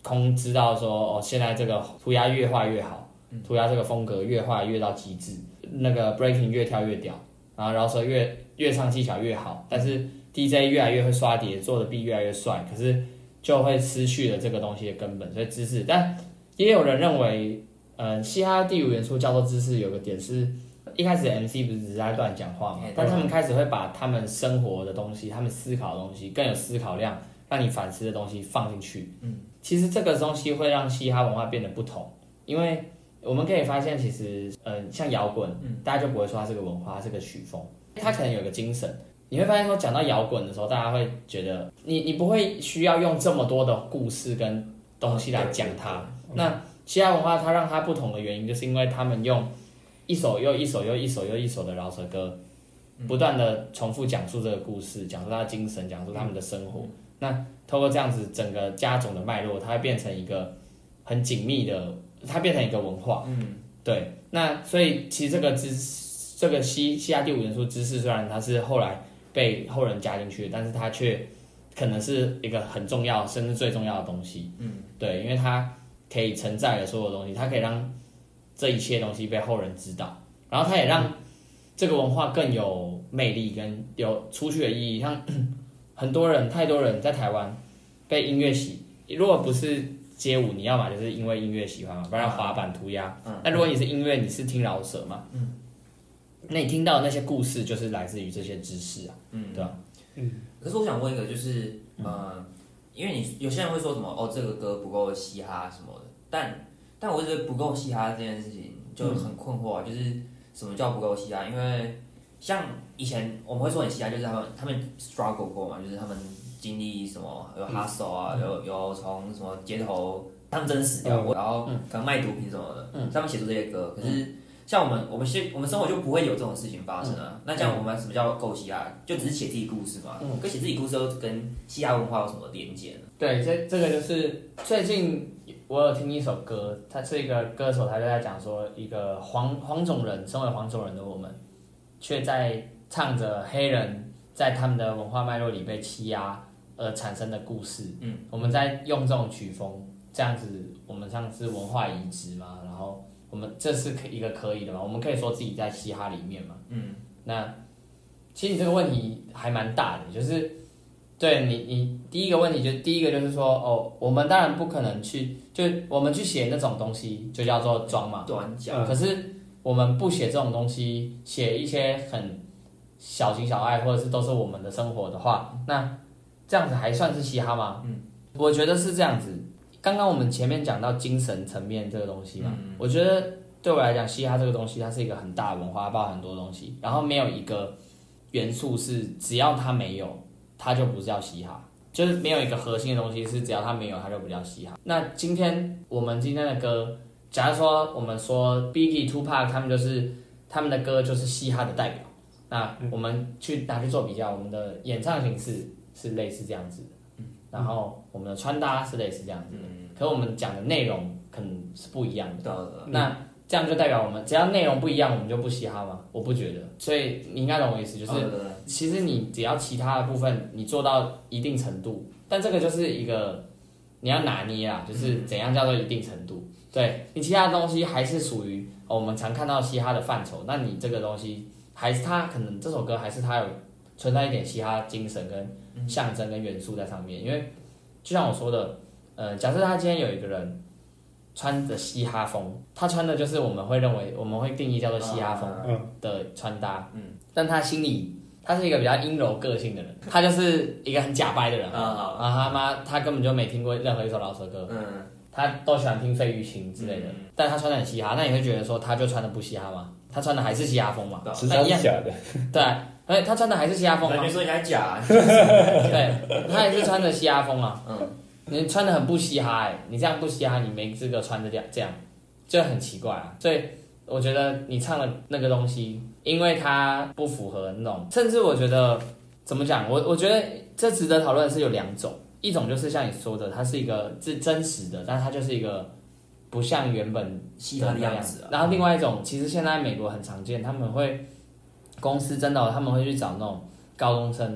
空知道说哦，现在这个涂鸦越画越好，涂鸦这个风格越画越到极致，那个 breaking 越跳越屌，然后饶舌越越唱技巧越好，但是 D J 越来越会刷碟，做的 beat 越来越帅，可是就会失去了这个东西的根本，所以知识。但也有人认为，呃，嘻哈第五元素叫做知识，有个点是。一开始 M C 不是只是在乱讲话嘛，但他们开始会把他们生活的东西、他们思考的东西、更有思考量、让你反思的东西放进去。嗯，其实这个东西会让嘻哈文化变得不同，因为我们可以发现，其实呃，像摇滚，嗯，大家就不会说它是个文化，它是个曲风，它可能有个精神。你会发现说，讲到摇滚的时候，大家会觉得你你不会需要用这么多的故事跟东西来讲它。那嘻哈文化它让它不同的原因，就是因为他们用一首又一首又一首又一首的饶舌歌，不断的重复讲述这个故事，讲述他的精神，讲述他们的生活。那透过这样子整个加总的脉络，它会变成一个很紧密的，它变成一个文化。嗯，对。那所以其实这个知这个西西亚第五元素知识，虽然它是后来被后人加进去，但是它却可能是一个很重要，甚至最重要的东西。嗯，对，因为它可以承载了所有东西，它可以让这一切东西被后人知道，然后它也让这个文化更有魅力跟有出去的意义。像很多人，太多人在台湾被音乐洗，如果不是街舞，你要嘛就是因为音乐喜欢嘛，不然滑板涂鸦。那如果你是音乐，你是听饶舌嘛，嗯，那你听到的那些故事就是来自于这些知识啊，嗯，对吧？ 嗯。可是我想问一个，就是呃，因为你有些人会说什么哦，这个歌不够嘻哈什么的，但。但我觉得不够嘻哈这件事情就很困惑啊，就是什么叫不够嘻哈？因为像以前我们会说很嘻哈，就是他们他们 struggle 过嘛，就是他们经历什么有 hustle 啊，有有从什么街头他们真的死掉过，然后可能卖毒品什么的，他们写出这些歌。可是像我们我们现我们生活就不会有这种事情发生啊。那这样我们什么叫够嘻哈？就只是写自己故事嘛。跟写自己故事又跟嘻哈文化有什么连接呢？ 对，这这个就是最近。我有听一首歌，他是一个歌手，他就在讲说，一个黄黄种人，身为黄种人的我们，却在唱着黑人在他们的文化脉络里被欺压而产生的故事。嗯，我们在用这种曲风，这样子，我们像是文化移植嘛，然后我们这是一个可以的嘛，我们可以说自己在嘻哈里面嘛。嗯，那其实你这个问题还蛮大的，就是。对你，你第一个问题就第一个就是说，哦，我们当然不可能去，就我们去写那种东西，就叫做装嘛， 短讲。 可是我们不写这种东西，写一些很小情小爱，或者是都是我们的生活的话，那这样子还算是嘻哈吗？嗯，我觉得是这样子。刚刚我们前面讲到精神层面这个东西嘛，嗯、我觉得对我来讲，嘻哈这个东西它是一个很大的文化，包含很多东西，然后没有一个元素是只要它没有。它就不是叫嘻哈，就是没有一个核心的东西是只要它没有，它就不叫嘻哈。那今天我们今天的歌，假如说我们说 Biggie、Tupac 他们就是他们的歌就是嘻哈的代表，那我们去拿去做比较，我们的演唱形式是类似这样子的，然后我们的穿搭是类似这样子的，可我们讲的内容可能是不一样的。那这样就代表我们只要内容不一样，我们就不嘻哈吗？我不觉得，所以你应该懂我意思，就是其实你只要其他的部分你做到一定程度，但这个就是一个你要拿捏啦，就是怎样叫做一定程度。对你其他的东西还是属于、哦、我们常看到嘻哈的范畴，那你这个东西还是它可能这首歌还是它有存在一点嘻哈精神跟象征跟元素在上面，因为就像我说的，呃，假设他今天有一个人。穿着嘻哈风，他穿的就是我们会认为我们会定义叫做嘻哈风的穿搭，嗯，但他心里他是一个比较阴柔个性的人，他就是一个很假掰的人，啊，然后他妈他根本就没听过任何一首饶舌歌，嗯，他都喜欢听费玉清之类的，但他穿的很嘻哈，那你会觉得说他就穿的不嘻哈吗？他穿的还是嘻哈风嘛？ 实际上是假的， 对，而且他穿的还是嘻哈风嘛？ 你说人家假， 对，他也是穿的嘻哈风啊，嗯。你穿的很不嘻哈哎、欸，你这样不嘻哈，你没资格穿的这样，就很奇怪啊。所以我觉得你唱的那个东西，因为它不符合那种，甚至我觉得怎么讲，我我觉得这值得讨论的是有两种，一种就是像你说的，它是一个是真实的，但是它就是一个不像原本嘻哈的样子、啊。 然后另外一种，其实现在美国很常见，他们会公司真的他们会去找那种高中生。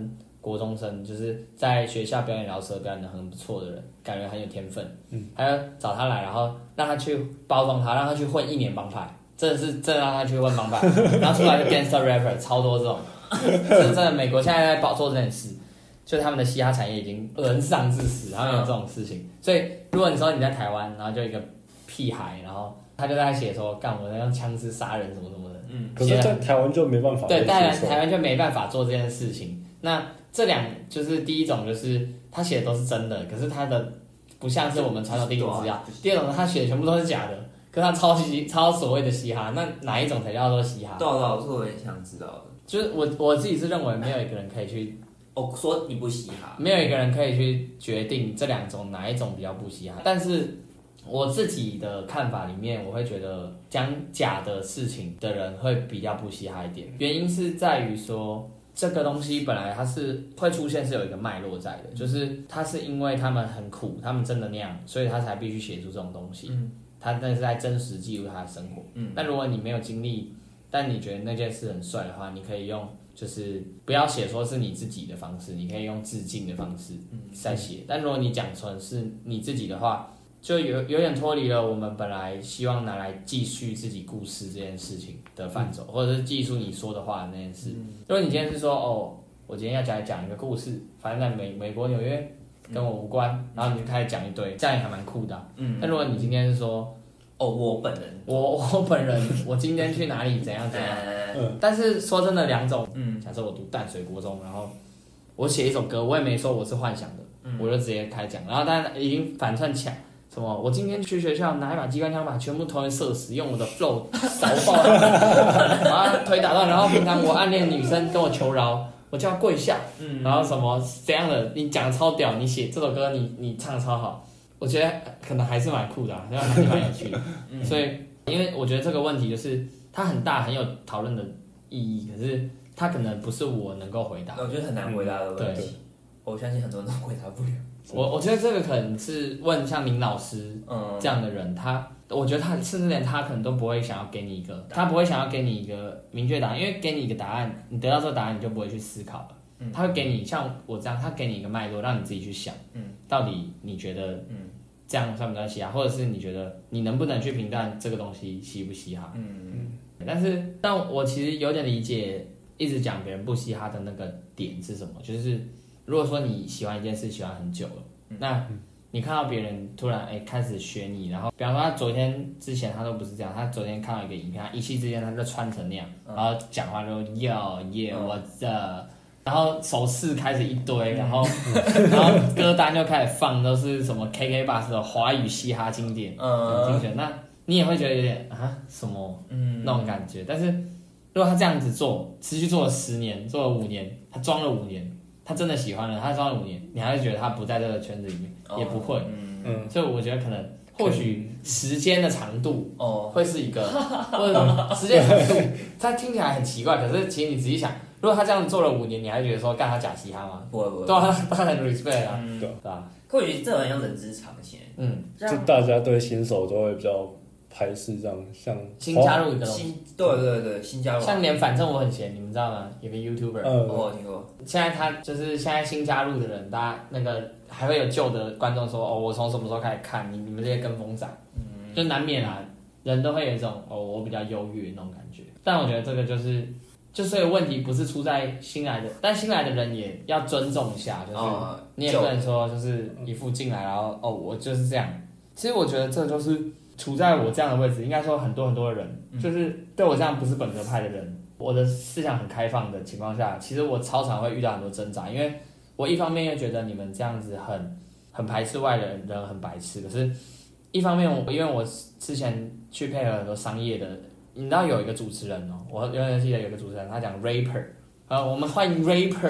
国中生，就是在学校表演饶舌表演的很不错的人，感觉很有天分，嗯，还要找他来，然后让他去包装他，让他去混一年帮派，真的是真的让他去混帮派，然后出来就 gangster rapper 超多这种，真的美国现在在做这件事。就他们的嘻哈产业已经人上致死，然后有这种事情，所以如果你说你在台湾，然后就一个屁孩，然后他就在写说干我在用枪支杀人什么什么的，嗯， 可是在台湾就没办法， 对，当然台湾就没办法做这件事情。那这两就是第一种就是他写的都是真的，可是他的不像是我们传统第一种资料，第二种他写的全部都是假的，可是他抄袭抄所谓的嘻哈，那哪一种才叫做嘻哈？ 对啊，这我也想知道的。 就是我我自己是认为没有一个人可以去。 哦，说你不嘻哈， 没有一个人可以去决定这两种哪一种比较不嘻哈。但是我自己的看法里面，我会觉得讲假的事情的人会比较不嘻哈一点。原因是在于说，这个东西本来它是会出现是有一个脉络在的，就是它是因为他们很苦，他们真的那样，所以他才必须写出这种东西。嗯，他那是在真实记录他的生活。嗯，但如果你没有经历，但你觉得那件事很帅的话，你可以用。就是不要写说是你自己的方式，你可以用致敬的方式再写。但如果你讲成是你自己的话，就有有点脱离了我们本来希望拿来继续自己故事这件事情的范畴，或者是记述你说的话的那件事。如果你今天是说哦，我今天要讲讲一个故事，发生在美美国纽约，跟我无关，然后你就开始讲一堆，这样也还蛮酷的啊。嗯。但如果你今天是说哦，我本人， 我我本人，我今天去哪里怎样怎样。嗯，但是说真的，两种，嗯，假设我读淡水国中，然后我写一首歌，我也没说我是幻想的，嗯、我就直接开讲，然后当然已经反串抢什么，我今天去学校拿一把机关枪把全部同学射死，用我的 flow 扫爆，把他腿打断，然后平常我暗恋女生跟我求饶，我叫她跪下，嗯，然后什么这样的，你讲的超屌，你写这首歌你你唱的超好，我觉得可能还是蛮酷的、啊，还是蛮有趣的，嗯、所以因为我觉得这个问题就是。它很大，很有讨论的意义，可是它可能不是我能够回答。 我觉得很难回答的问题，我相信很多人都回答不了。 我我觉得这个可能是问像林老师这样的人，他我觉得他甚至连他可能都不会想要给你一个，他不会想要给你一个明确答案，因为给你一个答案，你得到这个答案你就不会去思考了。嗯、他会给你像我这样，他给你一个脉络，让你自己去想，嗯，到底你觉得嗯这样算不算嘻哈，或者是你觉得你能不能去评断这个东西嘻不嘻哈？嗯嗯。但是，但我其实有点理解，一直讲别人不嘻哈的那个点是什么？就是如果说你喜欢一件事，喜欢很久了，嗯、那你看到别人突然哎开始学你，然后比方说他昨天之前他都不是这样，他昨天看到一个影片，他一夕之间他就穿成那样，嗯、然后讲话就 yo yeah what's up，然后手势开始一堆，然后然后歌单就开始放都是什么 K K B O X 的华语嘻哈经典，嗯，精选那。你也会觉得有点啊什么嗯那种感觉，但是如果他这样子做，持续做了十年，做了五年，他装了五年，他真的喜欢了，他装了五年，你还会觉得他不在这个圈子里面，哦、也不会，嗯，所以我觉得可能或许时间的长度哦会是一个，或者时间长度，他听起来很奇怪，可是其实你仔细想，如果他这样子做了五年，你还觉得说干他假嘻哈吗？ 不会不会， 对啊，他很 respect 啊， 嗯、对吧？ 可我觉得这很像人之常情，嗯， 就大家对新手都会比较。排斥这样，像新加入一个东西， 对对对，新加入， 像连反正我很闲，你们知道吗？有个 YouTuber， 嗯，我有听过。 现在他就是现在新加入的人，大家那个还会有旧的观众说，哦，我从什么时候开始看你你们这些跟风仔，嗯，就难免啊，人都会有一种哦，我比较优越那种感觉。但我觉得这个就是，就这个问题不是出在新来的，但新来的人也要尊重一下，就是、哦、你也不能说就是一副进来然后哦我就是这样。其实我觉得这就是。处在我这样的位置，应该说很多很多的人，嗯、就是对我这样不是本格派的人，我的思想很开放的情况下，其实我超常会遇到很多挣扎，因为我一方面又觉得你们这样子很很排斥外人，人很白痴，可是一方面我因为我之前去配合很多商业的，你知道有一个主持人哦，我永远记得有一个主持人，他讲 rapper， 呃，我们欢迎 rapper，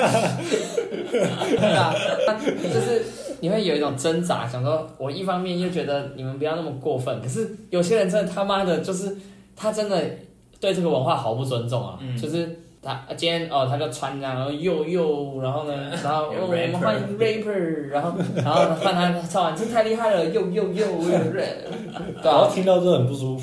对啊，就是。你会有一种挣扎，想说，我一方面又觉得你们不要那么过分，可是有些人真的他妈的，就是他真的对这个文化毫不尊重啊，嗯、就是他今天哦，他就穿这样，然后又又，然后呢，然后、哦、我们欢迎 rapper， 然后然后换他唱完，这太厉害了，又又又又 rap， 然后听到就很不舒服。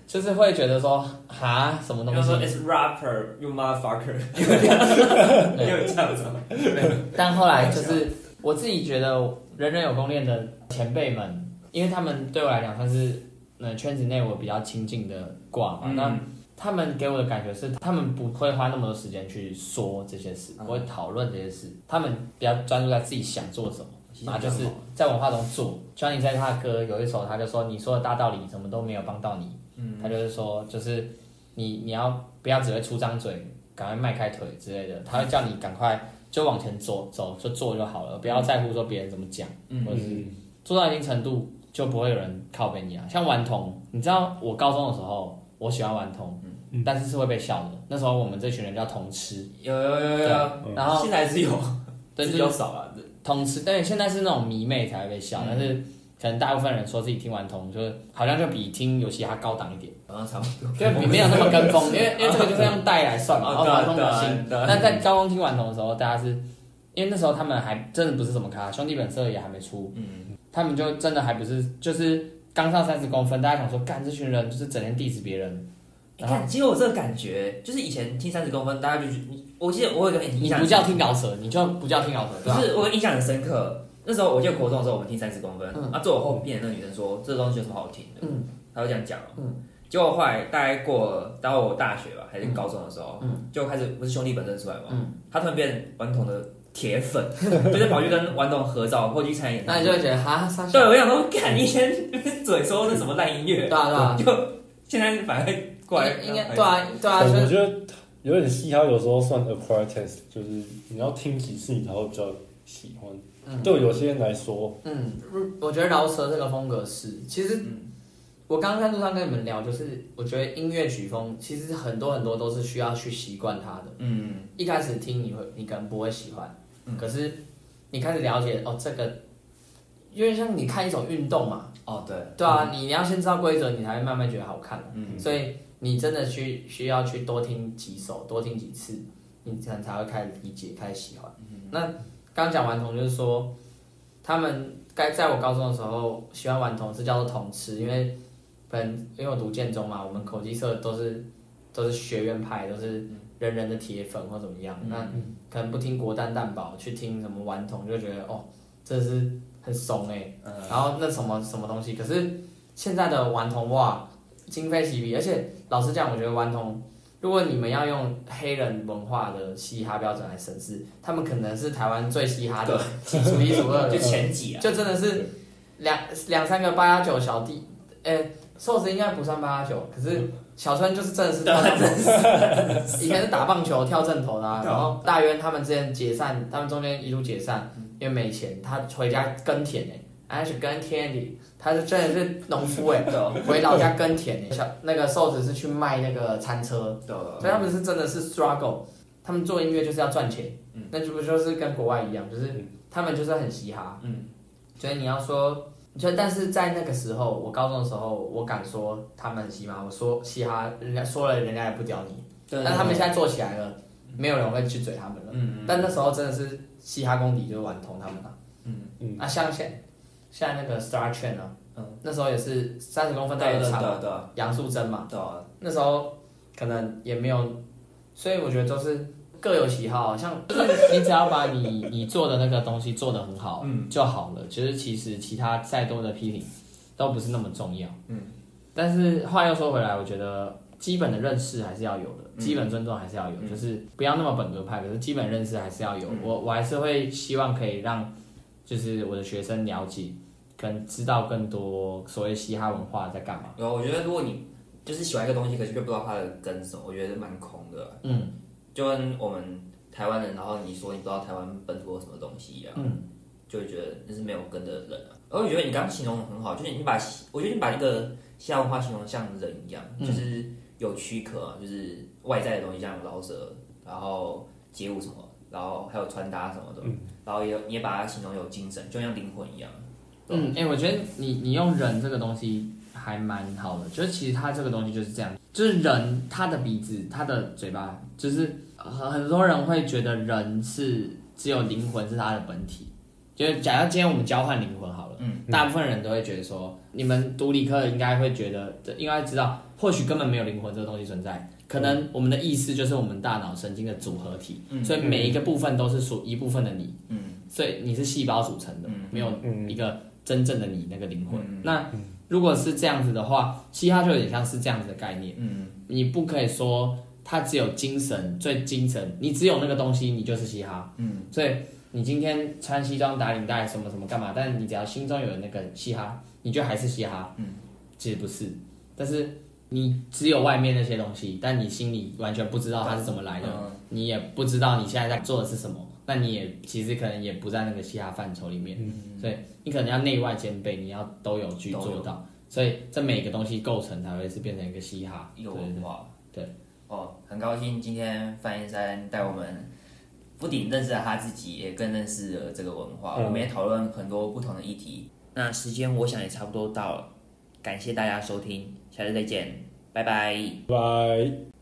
就是会觉得说哈什么东西。 说 it's rapper you motherfucker， 你有这样子吗？ 但后来就是我自己觉得人人有功练的前辈们，因为他们对我来讲算是呃圈子内我比较亲近的挂嘛，嗯、那他们给我的感觉是，他们不会花那么多时间去说这些事，不会讨论这些事，他们比较专注在自己想做什么。然后就是在文化中做，就像你在他的歌有一首，他就说你说的大道理什么都没有帮到你，嗯、他就是说就是你你要不要只会出张嘴，赶快迈开腿之类的，他会叫你赶快就往前走走就做就好了，不要在乎说别人怎么讲，嗯、或者是做到一定程度就不会有人靠背你啊。像顽童，你知道我高中的时候我喜欢顽童，嗯、但是是会被笑的，那时候我们这群人叫童吃， 有有有有， 然后现在还是有， 对， 比较少了。 同时，但现在是那种迷妹才会被笑，嗯、但是可能大部分人说自己听顽童，就是好像就比听游戏还高档一点， 好像差不多， 就比没有那么跟风，因为因为这个就是用代来算嘛，然后顽童比较新。但在高中听顽童的时候，大家是因为那时候他们还真的不是什么咖，兄弟本色也还没出，嗯、他们就真的还不是，就是刚上三十公分，大家想说，干这群人就是整天 diss 别人。 你看，其实我这个感觉，就是以前听三十公分，大家就我记得我有一个印象， 你不叫听饶舌，你就不叫听饶舌， 不是，我印象很深刻。那时候我记得国中的时候，我们听三十公分，嗯、啊，坐我后面的那个女生说，这东西有什么好听的？嗯，她就这样讲，嗯，结果后来大概过了到我大学吧，还是高中的时候，嗯，就开始不是兄弟本身出来嘛，嗯，他突然变顽童的铁粉，就是跑去跟顽童合照，或去参演， 那你就会觉得哈， 对，我想说，看以前嘴说那什么烂音乐， 对啊对啊， 就现在反而过来， 应该对啊对啊， 我觉得有点嘻哈有时候算 acquired taste， 就是你要听几次你才会比较喜欢。嗯、对有些人来说， 嗯，我觉得饶舌这个风格是，其实、嗯、我刚刚在路上跟你们聊，就是我觉得音乐曲风其实很多很多都是需要去习惯它的。嗯，一开始听你会，你可能不会喜欢，嗯、可是你开始了解哦，这个，因为像你看一种运动嘛， 哦对， 对啊，嗯、你要先知道规则，你才会慢慢觉得好看。嗯，所以你真的去需要去多听几首，多听几次，你可能才会开始理解，开始喜欢。嗯、那刚讲顽童就是说，他们该在我高中的时候喜欢顽童是叫做童吃，因为本因为我读建中嘛，我们口技社都是都是学院派，都是人人的铁粉或怎么样。嗯、那可能不听国蛋蛋堡，去听什么顽童，就觉得哦，这是很怂哎、欸。嗯、然后那什么什么东西，可是现在的顽童哇，今非昔比，而且老实讲，我觉得顽童。如果你们要用黑人文化的嘻哈标准来审视，他们可能是台湾最嘻哈的，数一数二的， 就前几啊， 就真的是两两三个八加九小弟，诶，瘦子应该不算八加九，可是小川就是真的是跳正头，以前是打棒球跳正头的、啊，然后大渊他们之前解散，他们中间一路解散，因为没钱，他回家耕田诶、欸，还是耕田的。他是真的是农夫哎，回老家耕田哎，小那个瘦子是去卖那个餐车，所以他们是真的是 struggle， 他们做音乐就是要赚钱，嗯、那就不就是跟国外一样，就是他们就是很嘻哈，嗯，所以你要说，就但是在那个时候，我高中的时候，我敢说他们很嘻哈，我说嘻哈，人家说了人家也不屌你，但他们现在做起来了，没有人会去嘴他们了，嗯嗯，但那时候真的是嘻哈功底就是顽童他们啊，嗯嗯，啊像现现在那个 Star Trend 啊，嗯，那时候也是三十公分带长，杨素贞嘛，对啊，那时候可能也没有，所以我觉得都是各有喜好，像你只要把你你做的那个东西做得很好，嗯，就好了。其实其实其他再多的批评都不是那么重要，嗯。但是话又说回来，我觉得基本的认识还是要有的，基本尊重还是要有，嗯、就是不要那么本格派，可是基本认识还是要有。嗯、我我还是会希望可以让。就是我的学生了解跟知道更多所谓嘻哈文化在干嘛。 有，我觉得如果你就是喜欢一个东西，可是却不知道它的根什么，我觉得蛮空的。嗯，就跟我们台湾人，然后你说你不知道台湾本土有什么东西一样，嗯，就会觉得那是没有根的人啊。而我觉得你刚刚形容的很好，就是你把，我觉得你把那个嘻哈文化形容像人一样，嗯、就是有躯壳、啊，就是外在的东西，像饶舌，然后街舞什么。然后还有穿搭什么的，嗯、然后也你也把它形容有精神，就像灵魂一样。 嗯，哎、欸，我觉得你你用人这个东西还蛮好的，就是其实它这个东西就是这样，就是人他的鼻子、他的嘴巴，就是很多人会觉得人是只有灵魂是他的本体， 就是假如今天我们交换灵魂好了， 嗯， 大部分人都会觉得说，你们读理科的应该会觉得，应该知道，或许根本没有灵魂这个东西存在，可能我们的意识就是我们大脑神经的组合体， 嗯、 所以每一个部分都是属一部分的你， 嗯， 所以你是细胞组成的， 嗯、 没有一个真正的你那个灵魂。 嗯、 那如果是这样子的话，嘻哈就有点像是这样子的概念， 嗯， 你不可以说它只有精神最精神，你只有那个东西，你就是嘻哈， 嗯， 所以。你今天穿西装打领带什么什么干嘛？但你只要心中有那个嘻哈，你就还是嘻哈。 嗯， 其实不是，但是你只有外面那些东西，但你心里完全不知道它是怎么来的，嗯、你也不知道你现在在做的是什么，那你也其实可能也不在那个嘻哈范畴里面。嗯，所以你可能要内外兼备，你要都有去做到，所以这每个东西构成才会是变成一个嘻哈一个文化。 对， 哦，很高兴今天范彦山带我们。不仅认识了他自己，也更认识了这个文化。嗯、我们也讨论很多不同的议题。那时间我想也差不多到了，感谢大家收听，下次再见，拜拜。 拜。